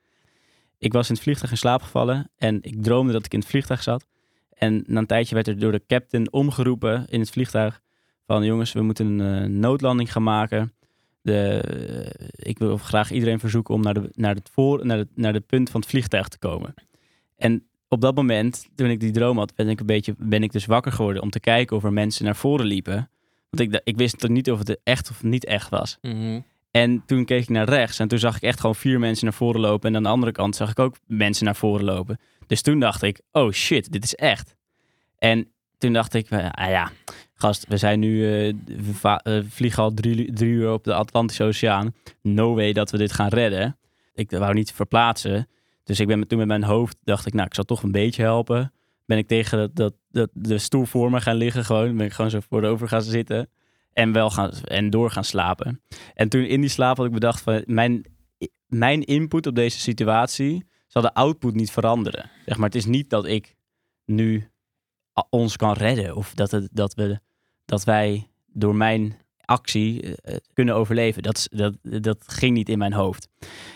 Ik was in het vliegtuig in slaap gevallen. En ik droomde dat ik in het vliegtuig zat. En na een tijdje werd er door de captain omgeroepen in het vliegtuig. Van jongens, we moeten een uh, noodlanding gaan maken. De, uh, ik wil graag iedereen verzoeken om naar de, naar, het voor, naar, de, naar de punt van het vliegtuig te komen. En op dat moment, toen ik die droom had, ben ik een beetje, ben ik dus wakker geworden om te kijken of er mensen naar voren liepen. Want ik, ik wist toch niet of het echt of niet echt was. Mm-hmm. En toen keek ik naar rechts en toen zag ik echt gewoon vier mensen naar voren lopen. En aan de andere kant zag ik ook mensen naar voren lopen. Dus toen dacht ik, oh shit, dit is echt. En toen dacht ik, ah ja, gast, we zijn nu, uh, we va- uh, vliegen al drie, drie uur op de Atlantische Oceaan. No way dat we dit gaan redden. Ik wou niet verplaatsen. Dus ik ben toen met mijn hoofd, dacht ik, nou, ik zal toch een beetje helpen. Ben ik tegen dat, dat, dat, de stoel voor me gaan liggen gewoon. Ben ik gewoon zo voorover gaan zitten. En, wel gaan, en door gaan slapen. En toen in die slaap had ik bedacht van, mijn, mijn input op deze situatie zal de output niet veranderen. Zeg maar, het is niet dat ik nu ons kan redden. Of dat, het, dat, we, dat wij door mijn actie uh, kunnen overleven. Dat, dat, dat ging niet in mijn hoofd.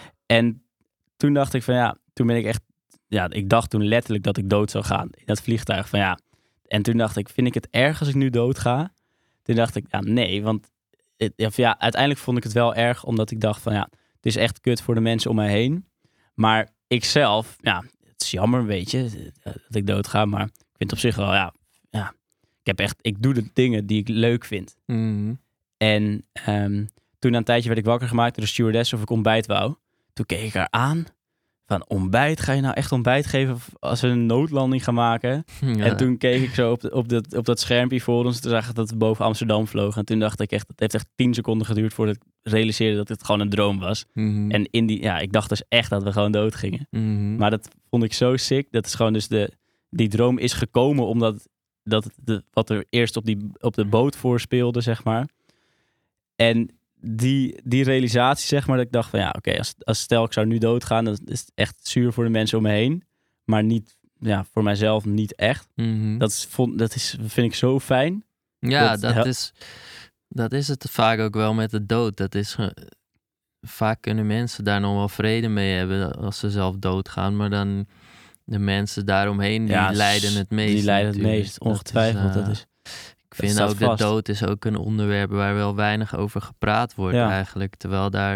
En toen dacht ik van ja, toen ben ik echt, ja, ik dacht toen letterlijk dat ik dood zou gaan in dat vliegtuig van ja. En toen dacht ik, vind ik het erg als ik nu dood ga? Toen dacht ik, ja, nee, want het, ja, ja, uiteindelijk vond ik het wel erg, omdat ik dacht van ja, het is echt kut voor de mensen om mij heen. Maar ik zelf, ja, het is jammer, weet je, dat ik dood ga, maar ik vind het op zich wel, ja, ja, ik heb echt, ik doe de dingen die ik leuk vind. Mm-hmm. En um, toen na een tijdje werd ik wakker gemaakt door de stewardess of ik ontbijt wou. Toen keek ik haar aan. Van ontbijt? Ga je nou echt ontbijt geven als we een noodlanding gaan maken? Ja. En toen keek ik zo op, de, op, dat, op dat schermpje voor ons. Toen zag ik dat we boven Amsterdam vlogen. En toen dacht ik echt, het heeft echt tien seconden geduurd voordat ik realiseerde dat het gewoon een droom was. Mm-hmm. En in die, ja, ik dacht dus echt dat we gewoon dood gingen. Mm-hmm. Maar dat vond ik zo sick. Dat is gewoon dus de, die droom is gekomen omdat dat de, wat er eerst op, die, op de boot voorspeelde, zeg maar. En die, die realisatie, zeg maar, dat ik dacht van ja, oké, okay, als, als stel ik zou nu doodgaan, dan is het echt zuur voor de mensen om me heen. Maar niet, ja, voor mijzelf niet echt. Mm-hmm. Dat, is, vond, dat is, vind ik zo fijn. Ja, dat, dat, hel- is, dat is het vaak ook wel met de dood. Dat is, ge- vaak kunnen mensen daar nog wel vrede mee hebben als ze zelf doodgaan. Maar dan de mensen daaromheen, die Ja, lijden het meest. Die lijden het natuurlijk. meest, ongetwijfeld. Dat is, uh, Dat is, ik vind staat ook vast. de dood is ook een onderwerp waar wel weinig over gepraat wordt Ja. eigenlijk. Terwijl daar,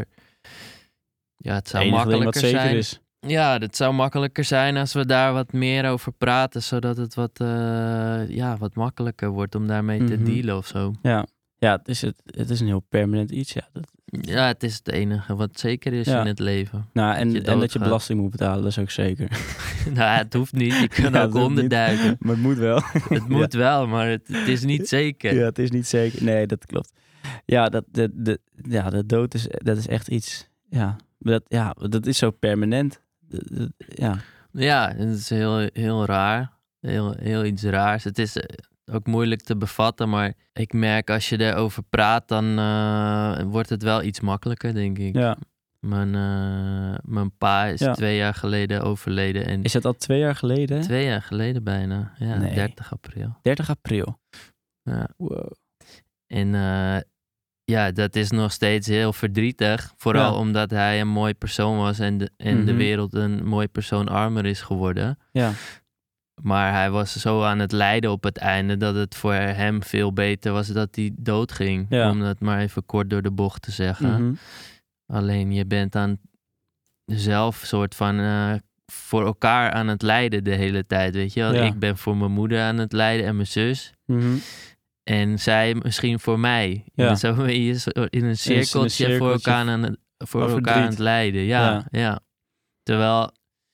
ja, het zou het enige ding wat makkelijker zeker zijn. is. Ja, het zou makkelijker zijn als we daar wat meer over praten, zodat het wat, uh, ja, wat makkelijker wordt om daarmee te Mhm. dealen of zo. Ja, ja het, is het, het is een heel permanent iets. Ja. Dat, Ja, het is het enige wat zeker is Ja. in het leven. nou, en, je en dat je doodgaat. belasting moet betalen, dat is ook zeker. Nou, het hoeft niet. Je kan Ja, ook dat hoeft onderduiken. niet, maar het moet wel. Het moet wel, maar het, het is niet zeker. Ja, het is niet zeker. Nee, dat klopt. Ja, dat, de, de, ja de dood is, dat is echt iets. Ja, dat, ja, dat is zo permanent. De- de- Ja, Ja, het is heel, heel raar. Heel, heel iets raars. Het is eh, ook moeilijk te bevatten, maar ik merk als je erover praat, dan eh, wordt het wel iets makkelijker, denk ik. ja. Mijn, eh, mijn pa is Ja. twee jaar geleden overleden. En Is dat al twee jaar geleden? twee jaar geleden bijna. Ja, Nee. dertig april. dertig april. Ja. Wow. En uh, ja, dat is nog steeds heel verdrietig. Vooral Ja. omdat hij een mooi persoon was en, de, en de Mhm. wereld een mooi persoon armer is geworden. Ja, Maar hij was zo aan het lijden op het einde dat het voor hem veel beter was dat hij doodging. Ja. Om dat maar even kort door de bocht te zeggen. mhm. Alleen je bent dan zelf soort van uh, voor elkaar aan het lijden de hele tijd, weet je wel. Ja. Ik ben voor mijn moeder aan het lijden en mijn zus. Mhm. En zij misschien voor mij. Ja. En zo ben je zo in een cirkeltje, cirkeltje voor elkaar aan het, voor van elkaar aan verdriet. het lijden. Ja, Ja. ja. Terwijl,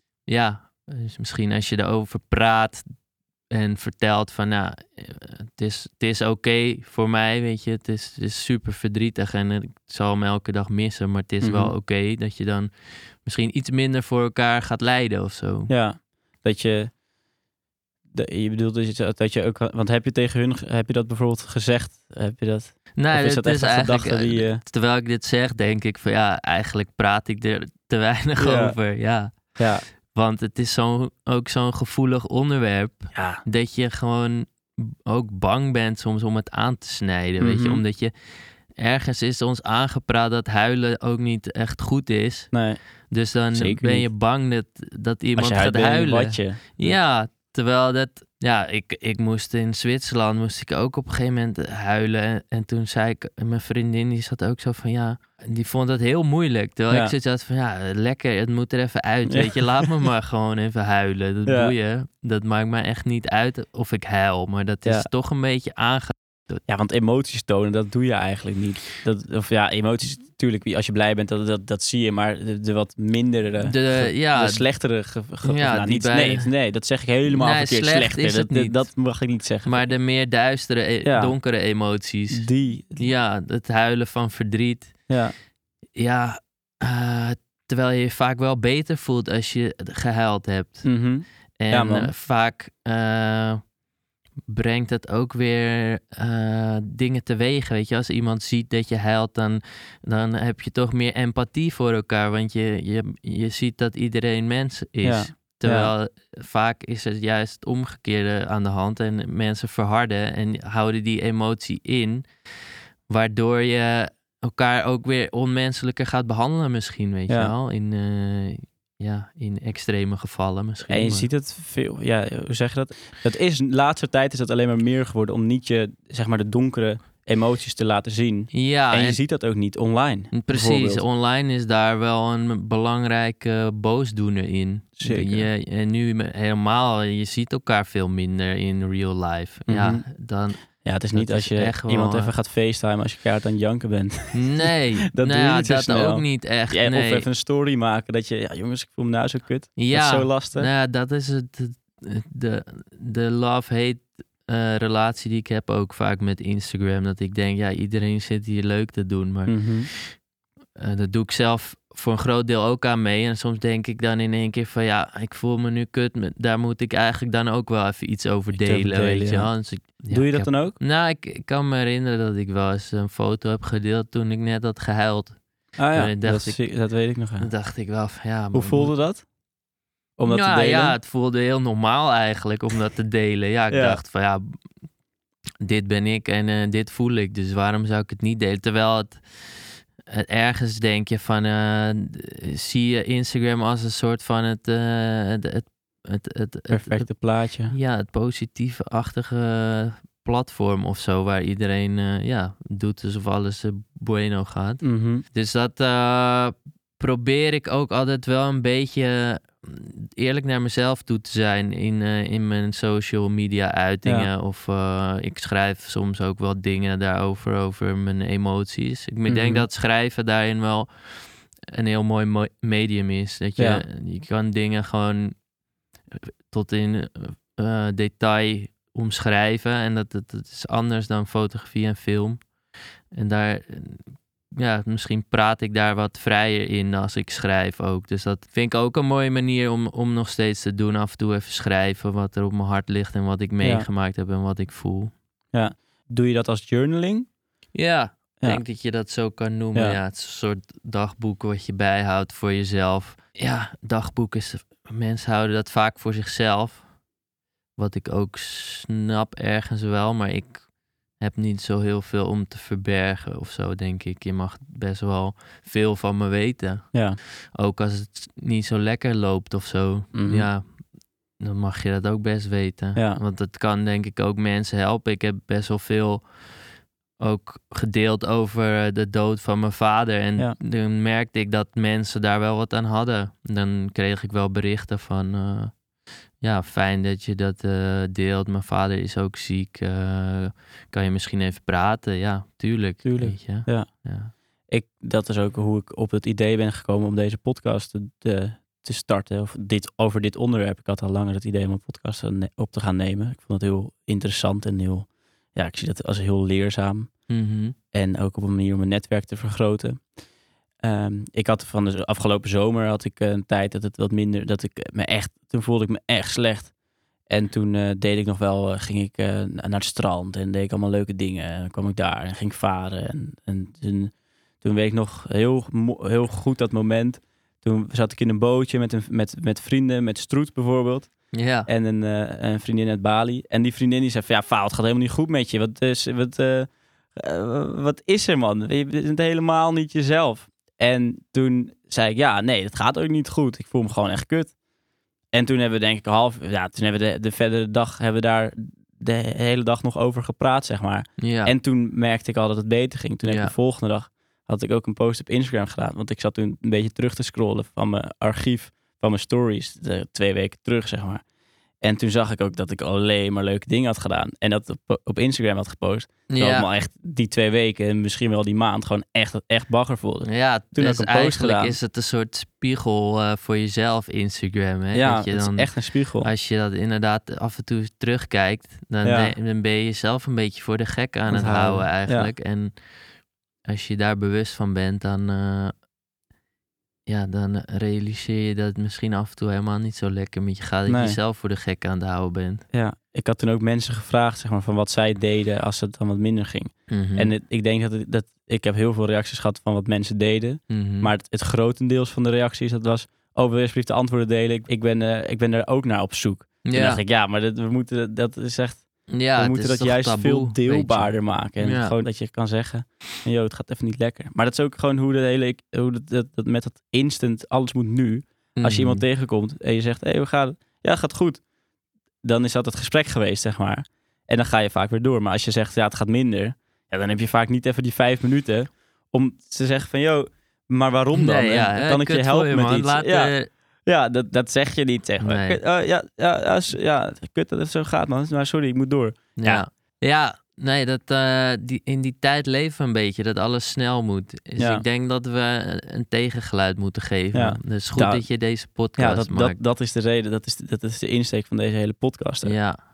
ja, dus misschien als je erover praat en vertelt van, nou, eh, het is, het is oké voor mij, weet je. Het is, het is super verdrietig en ik zal hem elke dag missen. Maar het is Mhm. wel oké dat je dan misschien iets minder voor elkaar gaat lijden of zo. Ja, dat je... De, je bedoelt dus dat dat je ook... Want heb je tegen hun... Heb je dat bijvoorbeeld gezegd? Heb je dat... Nee, Of is het dat is echt een eigenlijk, gedachte die, eh, eh, terwijl ik dit zeg, denk ik van ja, eigenlijk praat ik er te weinig Ja. over. Ja. Ja, Want het is zo, ook zo'n gevoelig onderwerp ja, dat je gewoon ook bang bent soms om het aan te snijden. Weet je, Mhm. omdat je ergens is ons aangepraat dat huilen ook niet echt goed is. nee. Dus dan Zeker ben niet. je bang dat, dat iemand Als je gaat huilt, ben je in huilen. een badje. Ja, terwijl dat... Ja, ik, ik moest in Zwitserland, moest ik ook op een gegeven moment huilen. En, en toen zei ik, mijn vriendin die zat ook zo van, ja... Die vond het heel moeilijk. Terwijl Ja. ik zoiets had van, ja, lekker, het moet er even uit. Ja. Weet je, laat me maar gewoon even huilen. Dat Ja. boeien. Dat maakt mij echt niet uit of ik huil. Maar dat is Ja. toch een beetje aange... Ja, want emoties tonen, dat doe je eigenlijk niet. Dat, of ja, emoties, natuurlijk, als je blij bent, dat, dat, dat zie je. Maar de, de wat mindere, De, ge- ja, de slechtere... Ge, ge- Ja, nou, die niet, bij- nee, nee, dat zeg ik helemaal Nee, verkeerd. slecht Slechter, is het dat, niet. dat mag ik niet zeggen. Maar de meer duistere, e- Ja. donkere emoties. Die, Ja, het huilen van verdriet. ja, Ja, eh, terwijl je je vaak wel beter voelt als je gehuild hebt. mhm. En Ja, man. eh, vaak eh, brengt het ook weer eh, dingen teweeg. Weet je, als iemand ziet dat je huilt, dan, dan heb je toch meer empathie voor elkaar. Want je, je, je ziet dat iedereen mens is. Ja. Terwijl vaak is het juist het omgekeerde aan de hand. En mensen verharden en houden die emotie in. Waardoor je elkaar ook weer onmenselijker gaat behandelen misschien, weet Ja. je wel. In, eh, ja, in extreme gevallen misschien. En je maar- ziet het veel, ja, hoe zeg je dat? Dat is, de laatste tijd is dat alleen maar meer geworden om niet je, zeg maar, de donkere emoties te laten zien. Ja, en je en ziet dat ook niet online. precies. bijvoorbeeld. Online is daar wel een belangrijke boosdoener in. Zeker. Je, en nu me- helemaal, je ziet elkaar veel minder in real life. Ja, Mhm. dan... Ja, het is Dat niet als is je echt wel, iemand eh, even gaat facetimen als je keihard aan het janken bent. Nee, Dat nou doe je ja, niet zo dat snel. ook niet echt. Ja, nee. Of even een story maken dat je, ja jongens, ik voel me nou zo kut. Ja, Dat is zo lastig. Nou ja, dat is het, het- de, de love-hate eh, relatie die ik heb ook vaak met Instagram. Dat ik denk, ja, iedereen zit hier leuk te doen. Maar Mhm. eh, dat doe ik zelf voor een groot deel ook aan mee. En soms denk ik dan in één keer van ja, ik voel me nu kut. Met, daar moet ik eigenlijk dan ook wel even iets over delen, iets over delen weet je wel. Ja. Dus ik, ja, Doe je dat heb, dan ook? Nou, ik, ik kan me herinneren dat ik wel eens een foto heb gedeeld toen ik net had gehuild. Ah ja, dacht dat, ik, zie, dat weet ik nog. Ja. Dan dacht ik wel van ja... Hoe voelde dat? Om dat nou, te delen? Ja, het voelde heel normaal eigenlijk om dat te delen. Ja, ik ja. dacht van ja, dit ben ik en uh, dit voel ik. Dus waarom zou ik het niet delen? Terwijl het, het ergens denk je van, uh, zie je Instagram als een soort van het... Uh, het, het, het, het perfecte het, het, plaatje. Ja, het positieve-achtige platform of zo, waar iedereen uh, ja, doet alsof alles uh, bueno gaat. Mm-hmm. Dus dat uh, probeer ik ook altijd wel een beetje eerlijk naar mezelf toe te zijn in, uh, in mijn social media uitingen. Ja. Of uh, ik schrijf soms ook wel dingen daarover, over mijn emoties. Ik mm-hmm. denk dat schrijven daarin wel een heel mooi mo- medium is. Dat je, ja. je kan dingen gewoon tot in uh, detail omschrijven. En dat, dat, dat is anders dan fotografie en film. En daar... Ja, misschien praat ik daar wat vrijer in als ik schrijf ook. Dus dat vind ik ook een mooie manier om, om nog steeds te doen. Af en toe even schrijven wat er op mijn hart ligt en wat ik meegemaakt ja. heb en wat ik voel. Ja, doe je dat als journaling? Ja, ik ja. denk dat je dat zo kan noemen. Ja. Ja, het is een soort dagboek wat je bijhoudt voor jezelf. Ja, dagboek is... Mensen houden dat vaak voor zichzelf. Wat ik ook snap ergens wel, maar ik... heb niet zo heel veel om te verbergen of zo, denk ik. Je mag best wel veel van me weten. Ja. Ook als het niet zo lekker loopt of zo. Mm-hmm. Ja, dan mag je dat ook best weten. Ja. Want het kan denk ik ook mensen helpen. Ik heb best wel veel ook gedeeld over de dood van mijn vader. En ja. dan merkte ik dat mensen daar wel wat aan hadden. Dan kreeg ik wel berichten van... Uh, ja, fijn dat je dat uh, deelt. Mijn vader is ook ziek. Uh, kan je misschien even praten? Ja, tuurlijk. Tuurlijk, weet je? Ja. ja. Ik, dat is ook hoe ik op het idee ben gekomen om deze podcast te, te, te starten. Of dit, over dit onderwerp. Ik had al langer het idee om een podcast op te gaan nemen. Ik vond het heel interessant en heel... Ja, ik zie dat als heel leerzaam. Mm-hmm. En ook op een manier om mijn netwerk te vergroten. Um, ik had van de afgelopen zomer had ik een tijd dat het wat minder, dat ik me echt, toen voelde ik me echt slecht. En toen uh, deed ik nog wel, uh, ging ik uh, naar het strand en deed ik allemaal leuke dingen. En dan kwam ik daar en ging ik varen. En, en toen, toen weet ik nog heel, heel goed dat moment. Toen zat ik in een bootje met, een, met, met vrienden, met Stroet bijvoorbeeld. Ja. En een, uh, een vriendin uit Bali. En die vriendin die zei van, ja, Faal, het gaat helemaal niet goed met je. Wat is, wat, uh, uh, wat is er, man? Je bent helemaal niet jezelf. En toen zei ik, ja, nee, het gaat ook niet goed. Ik voel me gewoon echt kut. En toen hebben we denk ik een half... Ja, toen hebben we de, de verdere dag... hebben we daar de hele dag nog over gepraat, zeg maar. Ja. En toen merkte ik al dat het beter ging. Toen heb ik ja. de volgende dag... had ik ook een post op Instagram gedaan. Want ik zat toen een beetje terug te scrollen... van mijn archief, van mijn stories. De, twee weken terug, zeg maar. En toen zag ik ook dat ik alleen maar leuke dingen had gedaan. En dat op, op Instagram had gepost. Terwijl ja. ik me echt die twee weken en misschien wel die maand gewoon echt, echt bagger voelde. Ja, toen dus heb ik een post eigenlijk gedaan. is het een soort spiegel uh, voor jezelf, Instagram. Hè? Ja, dat je het dan, is echt een spiegel. Als je dat inderdaad af en toe terugkijkt, dan, ja. de, dan ben je jezelf een beetje voor de gek aan het houden, houden eigenlijk. Ja. En als je daar bewust van bent, dan... Uh, Ja, dan realiseer je dat het misschien af en toe helemaal niet zo lekker met je gaat. Dat nee. je jezelf voor de gek aan het houden bent. Ja, ik had toen ook mensen gevraagd, zeg maar, van wat zij deden als het dan wat minder ging. Mm-hmm. En het, ik denk dat, het, dat ik heb heel veel reacties gehad van wat mensen deden. Mm-hmm. Maar het, het grotendeels van de reacties, dat was, oh, wil je alsjeblieft de antwoorden delen? Ik, ik, ben, uh, ik ben er ook naar op zoek. Ja. Toen dacht ik, ja, maar dat, we moeten, dat is echt... Ja, we moeten dat juist taboe, veel deelbaarder maken. En ja. gewoon dat je kan zeggen, joh, het gaat even niet lekker. Maar dat is ook gewoon hoe, de hele, hoe dat, dat, dat met dat instant, alles moet nu. Mm-hmm. Als je iemand tegenkomt en je zegt, hé, hey, hoe gaat het? Ja, het gaat goed. Dan is dat het gesprek geweest, zeg maar. En dan ga je vaak weer door. Maar als je zegt, ja, het gaat minder. Ja, dan heb je vaak niet even die vijf minuten om te zeggen van, joh, maar waarom dan? Nee, ja, kan ik je helpen je, met man. iets? Laat, ja. uh... Ja, dat, dat zeg je niet, zeg maar. Nee. Uh, ja, ja, ja, ja, kut dat het zo gaat, man. Maar sorry, ik moet door. Ja, ja. ja nee, dat, uh, die, in die tijd leven we een beetje, dat alles snel moet. Dus ja. ik denk dat we een tegengeluid moeten geven. Ja. Dus goed da- dat je deze podcast ja, dat, maakt. Dat, dat is de reden, dat is de, dat is de insteek van deze hele podcast. Hè? Ja.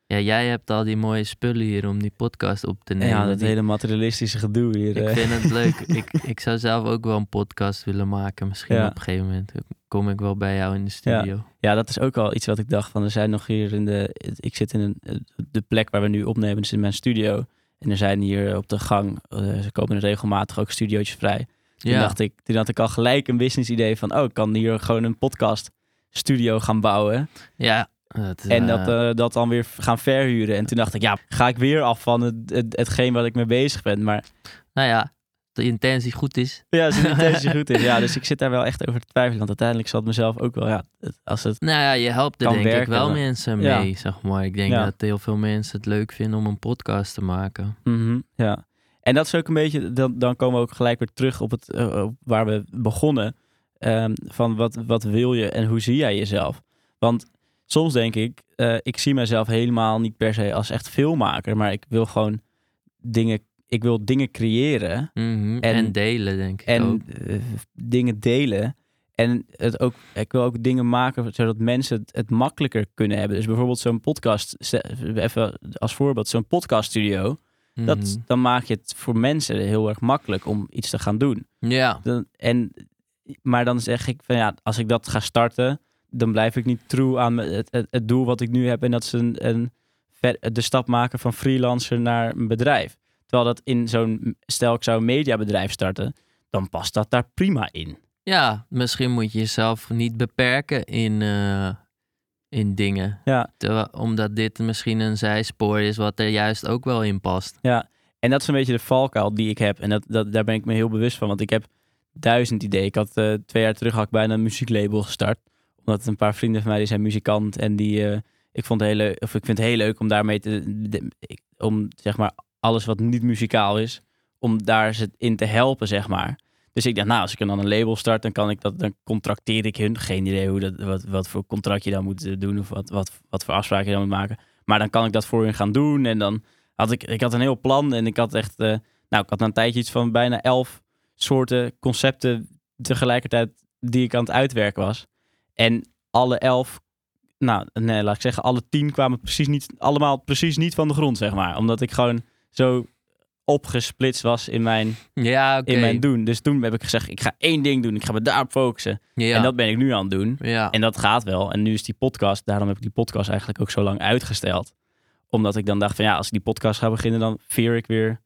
Ja, jij hebt al die mooie spullen hier om die podcast op te nemen. Ja, dat die... hele materialistische gedoe hier. Ik uh. vind het leuk. ik, ik zou zelf ook wel een podcast willen maken. Misschien Ja. op een gegeven moment kom ik wel bij jou in de studio. Ja. ja, dat is ook al iets wat ik dacht van. Er zijn nog hier in de... Ik zit in een, de plek waar we nu opnemen, dus in mijn studio. En er zijn hier op de gang, uh, ze komen er regelmatig ook studiootjes vrij. Toen, Ja. dacht ik, toen had ik al gelijk een business idee van... oh, ik kan hier gewoon een podcast studio gaan bouwen. Ja. Dat, En uh, dat, uh, dat dan weer gaan verhuren. En toen dacht ik, ja, ga ik weer af van het, het, hetgeen wat ik mee bezig ben. Maar Nou ja, de intentie goed is. ja, als de intentie goed is. Ja, dus ik zit daar wel echt over te twijfelen. Want uiteindelijk zal het mezelf ook wel... Ja, het- als het, Nou ja, je helpt er Kan denk ik werken, wel maar- mensen Ja. mee, zeg maar. Ik denk Ja. dat heel veel mensen het leuk vinden om een podcast te maken. Mhm, ja. En dat is ook een beetje... Dan, dan komen we ook gelijk weer terug op, het, uh, op waar we begonnen. Um, van wat, wat wil je en hoe zie jij jezelf? Want soms denk ik... Uh, ik zie mezelf helemaal niet per se als echt filmmaker. Maar ik wil gewoon dingen... Ik wil dingen creëren. Mhm. En- En, delen, denk ik En ook. uh, dingen delen. En het ook, ik wil ook dingen maken zodat mensen het, het makkelijker kunnen hebben. Dus bijvoorbeeld zo'n podcast, even als voorbeeld, zo'n podcaststudio. Dat, Mhm. dan maak je het voor mensen heel erg makkelijk om iets te gaan doen. Ja, Dan, en, maar dan zeg ik van ja, als ik dat ga starten, dan blijf ik niet true aan me- het, het, het doel wat ik nu heb. En dat is een, een, ver- de stap maken van freelancer naar een bedrijf. Terwijl dat in zo'n, stel ik zou een mediabedrijf starten, dan past dat daar prima in. ja, misschien moet je jezelf niet beperken in, uh, in dingen. Ja, Terwijl, omdat dit misschien een zijspoor is wat er juist ook wel in past. ja. En dat is een beetje de valkuil die ik heb. En dat, dat, daar ben ik me heel bewust van. Want ik heb duizend ideeën. Ik had uh, twee jaar terug had ik bijna een muzieklabel gestart. Omdat een paar vrienden van mij die zijn muzikant. En die, uh, ik, vond het heel leuk, of ik vind het heel leuk om daarmee te... De, ik, om zeg maar alles wat niet muzikaal is. Om daar ze in te helpen, zeg maar. Dus ik dacht, nou, als ik dan een label start, dan kan ik dat, dan contracteer ik hun. Geen idee hoe dat, wat, wat voor contract je dan moet doen of wat, wat, wat voor afspraken je dan moet maken. Maar dan kan ik dat voor hun gaan doen. En dan had ik, ik had een heel plan en ik had echt, uh, nou, ik had na een tijdje iets van bijna elf soorten concepten tegelijkertijd die ik aan het uitwerken was. En alle elf, nou, nee, laat ik zeggen, alle tien kwamen precies niet, allemaal precies niet van de grond, zeg maar. Omdat ik gewoon zo opgesplitst was in mijn, Ja, oké. in mijn doen. Dus toen heb ik gezegd, ik ga één ding doen. Ik ga me daarop focussen. Ja. En dat ben ik nu aan het doen. ja. En dat gaat wel. En nu is die podcast, daarom heb ik die podcast eigenlijk ook zo lang uitgesteld. Omdat ik dan dacht van ja, als ik die podcast ga beginnen, dan veer ik weer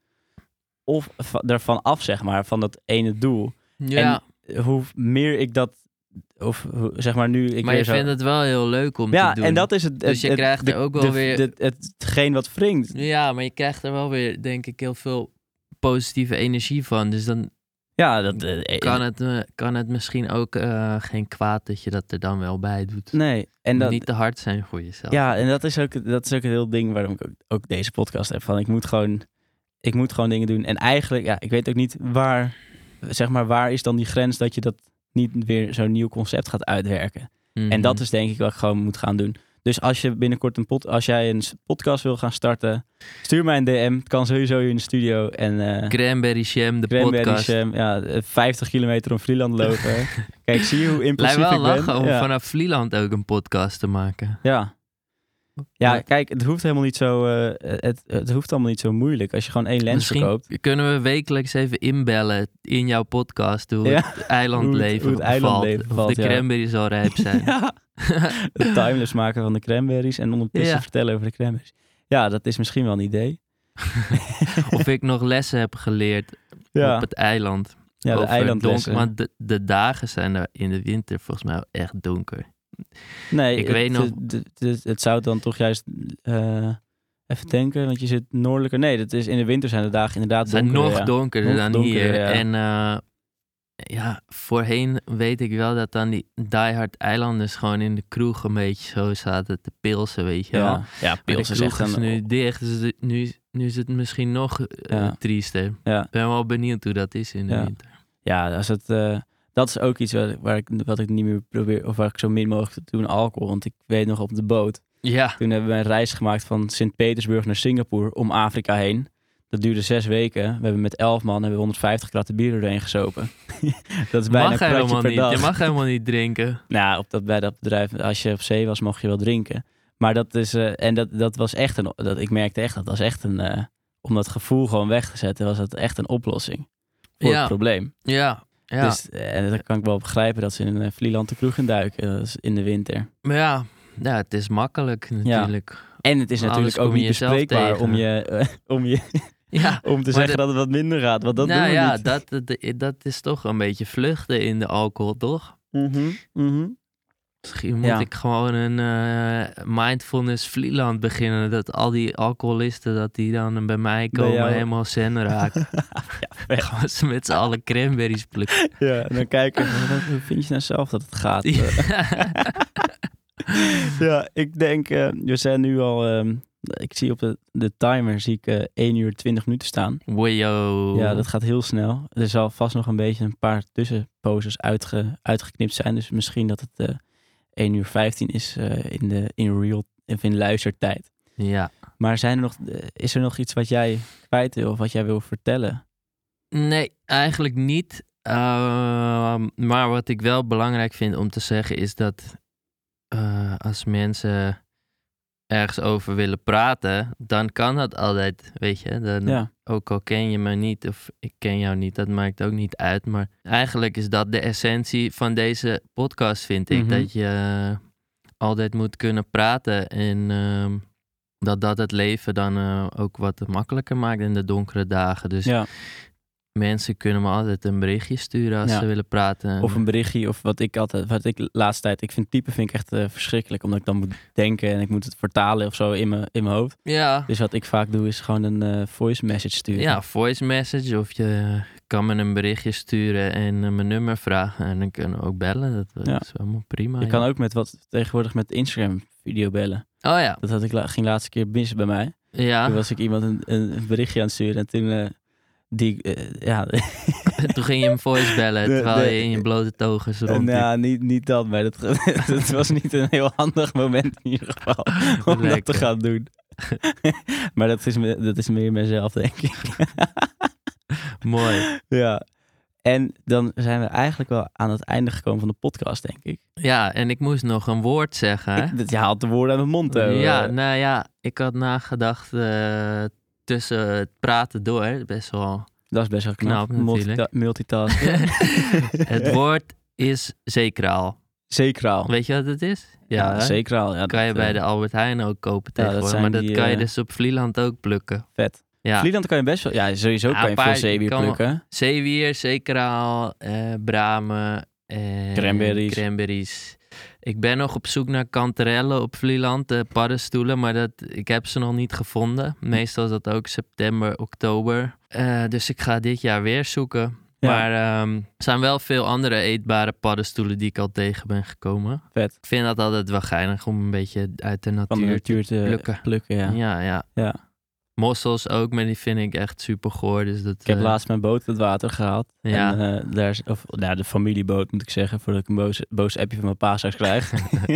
of va- ervan af, zeg maar, van dat ene doel. ja. En hoe meer ik dat, of hoe- zeg maar nu... Ik maar weer je zo... vindt het wel heel leuk om ja, te doen. en dat is het. Dus het, je het- krijgt de- er ook wel de- weer- de- het, hetgeen wat wringt. Ja, maar je krijgt er wel weer, denk ik, heel veel positieve energie van. Dus dan Ja, dat... eh, kan het, eh, kan het misschien ook uh, geen kwaad dat je dat er dan wel bij doet. Nee. En Moet dat, niet te hard zijn voor jezelf. ja, en dat is ook, dat is ook het heel ding waarom ik ook, ook deze podcast heb. Van ik moet gewoon, ik moet gewoon dingen doen. En eigenlijk, ja, ik weet ook niet waar, zeg maar, waar is dan die grens dat je dat niet weer zo'n nieuw concept gaat uitwerken. Mhm. En dat is denk ik wat ik gewoon moet gaan doen. Dus als je binnenkort een pod, als jij een podcast wil gaan starten, stuur mij een D M. Het kan sowieso hier in de studio. En uh, Cranberry Jam, de Cranberry podcast. Jam, ja, vijftig kilometer om Vlieland lopen. Kijk, zie je hoe impulsief Lijkt wel ik ben? lachen om Ja. vanaf Vlieland ook een podcast te maken. Ja. Ja, Maar kijk, het hoeft helemaal niet zo, uh, het, het hoeft allemaal niet zo moeilijk. Als je gewoon één lens misschien verkoopt. kunnen we wekelijks even inbellen in jouw podcast hoe Ja. het eilandleven Hoe het- hoe het eilandleven bevalt. bevalt, Of de ja. cranberries al rijp zijn. Ja. Het timeless maken van de cranberries en ondertussen Ja. vertellen over de cranberries. Ja, dat is misschien wel een idee. Of ik nog lessen heb geleerd Ja, op het eiland. ja de over eilandlessen. donker, want de, de dagen zijn er in de winter volgens mij wel echt donker. Nee, ik het, weet nog- Het, het, het, het zou dan toch juist... uh, even denken, want je zit noordelijker. Nee, dat is, in de winter zijn de dagen inderdaad Het zijn donkerder, nog ja. donkerder Nog dan donkerder, hier. ja. En uh, ja, voorheen weet ik wel dat dan die diehard eilanders gewoon in de kroeg een beetje zo zaten te pilsen, weet je wel. Ja, ja Maar pils de is kroeg echt is een... nu dicht, dus de- nu, nu is het misschien nog uh, Ja. triester. Ja. Ik ben wel benieuwd hoe dat is in de Ja. winter. Ja, als het, uh, dat is ook iets waar, ik- waar ik, wat ik niet meer probeer, of waar ik zo min mogelijk doe, alcohol. Want ik weet nog op de boot, Ja, toen hebben we een reis gemaakt van Sint-Petersburg naar Singapore om Afrika heen. Dat duurde zes weken. We hebben met elf man hebben we honderdvijftig kratten bier erheen gesopen. Dat is bijna mag een kratje helemaal per niet. dag. Je mag helemaal niet drinken. Nou, op dat, bij dat bedrijf, als je op zee was, mocht je wel drinken. Maar dat is, uh, en dat, dat was echt een, dat, ik merkte echt, dat was echt een, uh, om dat gevoel gewoon weg te zetten, was dat echt een oplossing voor Ja. het probleem. Ja, ja. Dus, uh, en dan kan ik wel begrijpen dat ze in uh, Vlieland de kroeg in duiken, uh, in de winter. Maar ja, ja, het is makkelijk natuurlijk. Ja. En het is Alles natuurlijk ook kom je niet jezelf bespreekbaar tegen. om je, uh, om je Ja, om te zeggen dat, dat het wat minder gaat, want dat nou doen we ja, niet. dat, dat, dat is toch een beetje vluchten in de alcohol, toch? Mm-hmm, mm-hmm. Misschien moet Ja. ik gewoon een uh, mindfulness Vlieland beginnen. Dat al die alcoholisten, dat die dan bij mij komen jou. helemaal zen raken. Ja, Gaan ze met z'n allen cranberries plukken. Ja, en dan kijken, wat, hoe vind je nou zelf dat het gaat? Ja. Ja, ik denk, uh, we zijn nu al, um, ik zie op de, de timer, zie ik uh, één uur twintig minuten staan. Wajo. Ja, dat gaat heel snel. Er zal vast nog een beetje een paar tussenposes uitge, uitgeknipt zijn. Dus misschien dat het uh, één uur vijftien is uh, in, de, in real, of in luistertijd. Ja. Maar zijn er nog, uh, is er nog iets wat jij kwijt wil of wat jij wil vertellen? Nee, eigenlijk niet. Uh, maar wat ik wel belangrijk vind om te zeggen is dat uh, als mensen ergens over willen praten, dan kan dat altijd, weet je. Dan, Ja. Ook al ken je me niet of ik ken jou niet, dat maakt ook niet uit. Maar eigenlijk is dat de essentie van deze podcast, vind ik. Mm-hmm. Dat je uh, altijd moet kunnen praten en uh, dat dat het leven dan uh, ook wat makkelijker maakt in de donkere dagen. Dus Ja. mensen kunnen me altijd een berichtje sturen als Ja. ze willen praten. Of een berichtje, of wat ik altijd, wat ik de laatste tijd, ik vind typen vind ik echt uh, verschrikkelijk, omdat ik dan moet denken en ik moet het vertalen of zo in mijn in mijn hoofd. Ja. Dus wat ik vaak doe is gewoon een uh, voice message sturen. Ja, voice message of je kan me een berichtje sturen en uh, mijn nummer vragen en dan kunnen we ook bellen. Dat Ja. is helemaal prima. Je ja. kan ook met wat tegenwoordig met Instagram video bellen. Oh ja. Dat had ik la- ging laatste keer mis bij mij. Ja. Toen was ik iemand een, een berichtje aan het sturen en toen uh, die, uh, ja. Toen ging je hem voice bellen De- terwijl de- je in je blote togen rond. Nou, niet, niet dat, maar dat, dat was niet een heel handig moment in ieder geval om dat te gaan doen. Maar dat is, me, dat is meer mezelf, denk ik. Mooi. Ja. En dan zijn we eigenlijk wel aan het einde gekomen van de podcast, denk ik. Ja, en ik moest nog een woord zeggen. Hè? Ik, je haalt de woorden uit mijn mond. Hè? Ja, nou ja, ik had nagedacht uh, tussen het praten door, best wel dat is best wel knap, knap natuurlijk. Multita- multitasken. Het woord is zeekraal. Zeekraal. Weet je wat het is? Ja, hè? zeekraal. Ja, kan je dat, bij uh, de Albert Heijn ook kopen ja, tegenwoordig. dat maar zijn dat die, kan je uh, dus op Vlieland ook plukken. Vet. Ja. Vlieland kan je best wel... Ja, sowieso Ja, kan je een veel paar- zeewier kan wel- plukken. Zeewier, zeekraal, eh, bramen, eh, Cranberries. cranberries. Ik ben nog op zoek naar kanterellen op Vlieland, de paddenstoelen, maar dat, ik heb ze nog niet gevonden. Meestal is dat ook september, oktober. Uh, dus ik ga dit jaar weer zoeken. Ja. Maar um, er zijn wel veel andere eetbare paddenstoelen die ik al tegen ben gekomen. Vet. Ik vind dat altijd wel geinig om een beetje uit de natuur, Van de natuur te plukken. plukken ja. Ja, ja. Ja. Mossels ook, maar die vind ik echt super goor. Dus dat, Ik heb uh, laatst mijn boot het water gehaald. Ja. En uh, daar is, of nou, de familieboot moet ik zeggen, voordat ik een boos, boos appje van mijn pa straks krijg.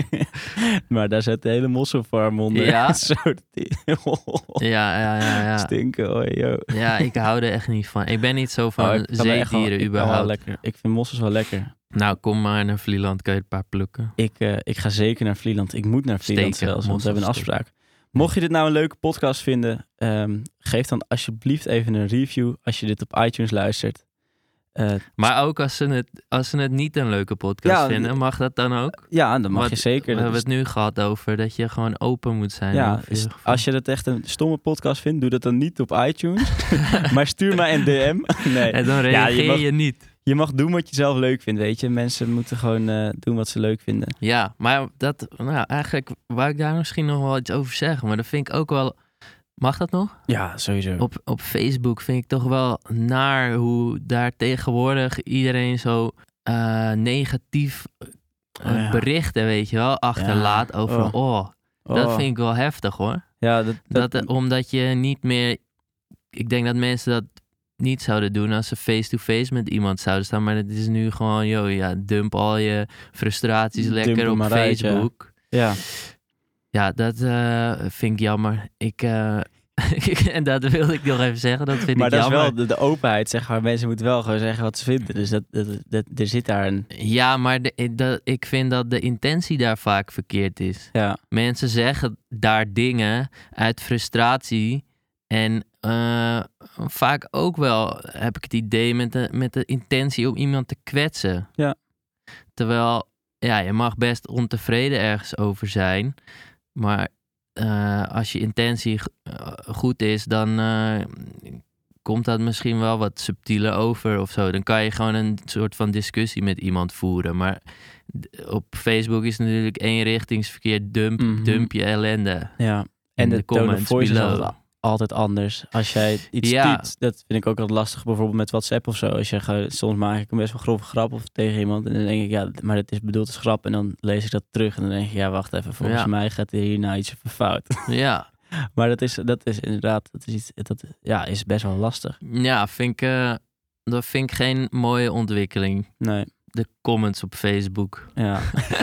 Maar daar zit de hele mosselfarm onder. Ja? Zo, die, ja, ja, ja, ja. Stinken, oh, yo. Ja, ik hou er echt niet van. Ik ben niet zo van Oh, ik kan er echt wel- zeedieren ik kan wel überhaupt. lekker. Ik vind mossels wel lekker. Nou, kom maar naar Vlieland, kan je een paar plukken. Ik, uh, ik ga zeker naar Vlieland. Ik moet naar Vlieland Steken, zelfs, want we hebben een mossels afspraak. Mocht je dit nou een leuke podcast vinden, um, geef dan alsjeblieft even een review als je dit op iTunes luistert. Uh, Maar ook als ze het, als ze het niet een leuke podcast Ja, vinden, mag dat dan ook? ja, dan mag Want je zeker. We Dat hebben is- het nu gehad over dat je gewoon open moet zijn. Ja, over je is- gevoel. als je dat echt een stomme podcast vindt, doe dat dan niet op iTunes. Maar stuur mij een D M. Nee. En dan Ja, reageer je mag- je niet. Je mag doen wat je zelf leuk vindt, weet je. Mensen moeten gewoon uh, doen wat ze leuk vinden. Ja, maar dat, nou, eigenlijk wou ik daar misschien nog wel iets over zeggen. Maar dat vind ik ook wel... Mag dat nog? Ja, sowieso. Op, op Facebook vind ik toch wel naar hoe daar tegenwoordig iedereen zo uh, negatief uh, Oh ja. berichten, weet je wel, achterlaat Ja. over... Oh. Oh, dat Oh. vind ik wel heftig hoor. Ja, dat, dat, Dat, uh, omdat je niet meer... Ik denk dat mensen dat niet zouden doen als ze face-to-face met iemand zouden staan. Maar het is nu gewoon, joh, ja, dump al je frustraties Dump lekker hem op maar uit, ja. Facebook. ja. Ja, dat uh, vind ik jammer. Ik, uh, En dat wilde ik nog even zeggen, dat vind maar ik dat jammer. is wel de, de openheid, zeg maar. Mensen moeten wel gewoon zeggen wat ze vinden. Dus dat, dat, dat, er zit daar een... Ja, maar de, de, ik vind dat de intentie daar vaak verkeerd is. Ja, Mensen zeggen daar dingen uit frustratie en uh, vaak ook wel, heb ik het idee, met de, met de intentie om iemand te kwetsen. Ja. Terwijl, ja, je mag best ontevreden ergens over zijn, maar uh, als je intentie uh, goed is, dan uh, komt dat misschien wel wat subtieler over of zo. Dan kan je gewoon een soort van discussie met iemand voeren, maar op Facebook is natuurlijk eenrichtingsverkeer, dump, mm-hmm. dump je ellende. Ja, en de, de tone of voice is altijd, altijd anders. Als jij iets ja. typt, dat vind ik ook altijd lastig, bijvoorbeeld met WhatsApp of zo. Als je gaat, soms maak ik een best wel grove grap of tegen iemand en dan denk ik, ja, maar het is bedoeld als grap en dan lees ik dat terug en dan denk ik, ja, wacht even, volgens ja. mij gaat hier nou iets even fout. Ja. Maar dat is, dat is inderdaad, dat is iets, dat ja, is best wel lastig. Ja, vind ik, uh, dat vind ik geen mooie ontwikkeling. Nee. De comments op Facebook. Ja.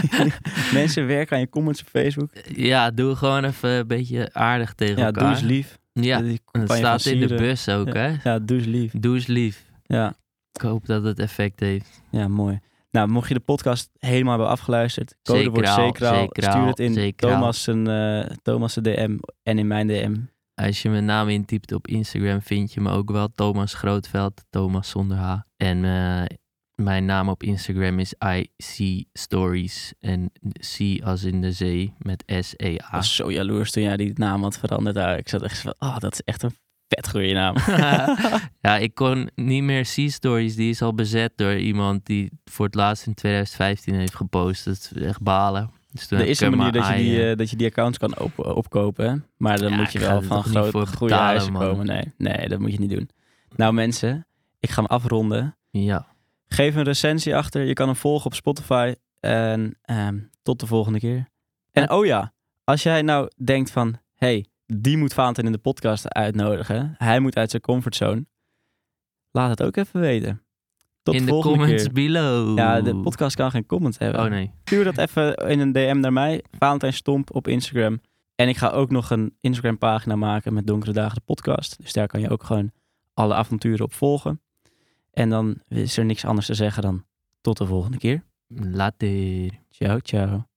Mensen werken aan je comments op Facebook. Ja, doe gewoon even een beetje aardig tegen ja, elkaar. Ja, doe eens lief. Ja, dat staat in de bus ook, ja. hè? Ja, doe eens lief. Doe eens lief. Ja. Ik hoop dat het effect heeft. Ja, mooi. Nou, mocht je de podcast helemaal hebben afgeluisterd, codewoord zeker al, stuur het in Thomas' een, uh, Thomas' D M en in mijn D M. Als je mijn naam intypt op Instagram, vind je me ook wel. Thomas Grootveld, Thomas zonder H. En uh, mijn naam op Instagram is I C Stories. En C als in de zee met S E A. Ik was zo jaloers toen jij die naam had veranderd. Daar. Ik zat echt van, oh, dat is echt een vet goede naam. Ja, ik kon niet meer C-Stories. Die is al bezet door iemand die voor het laatst in twintig vijftien heeft gepost. Dat is echt balen. Dus er is een manier dat je, die, uh, dat je die accounts kan op- opkopen. Hè? Maar dan ja, moet je wel van groot, goede huizen komen. Nee, nee, dat moet je niet doen. Nou mensen, ik ga hem afronden. Ja. Geef een recensie achter. Je kan hem volgen op Spotify. En um, tot de volgende keer. En oh ja, als jij nou denkt van... Hey, die moet Valentin in de podcast uitnodigen. Hij moet uit zijn comfortzone. Laat het ook even weten. Tot in de, de comments keer. below. Ja, de podcast kan geen comments hebben. Oh nee. Stuur dat even in een D M naar mij. Valentijn Stomp op Instagram. En ik ga ook nog een Instagram pagina maken met Donkere Dagen de podcast. Dus daar kan je ook gewoon alle avonturen op volgen. En dan is er niks anders te zeggen dan tot de volgende keer. Later. Ciao, ciao.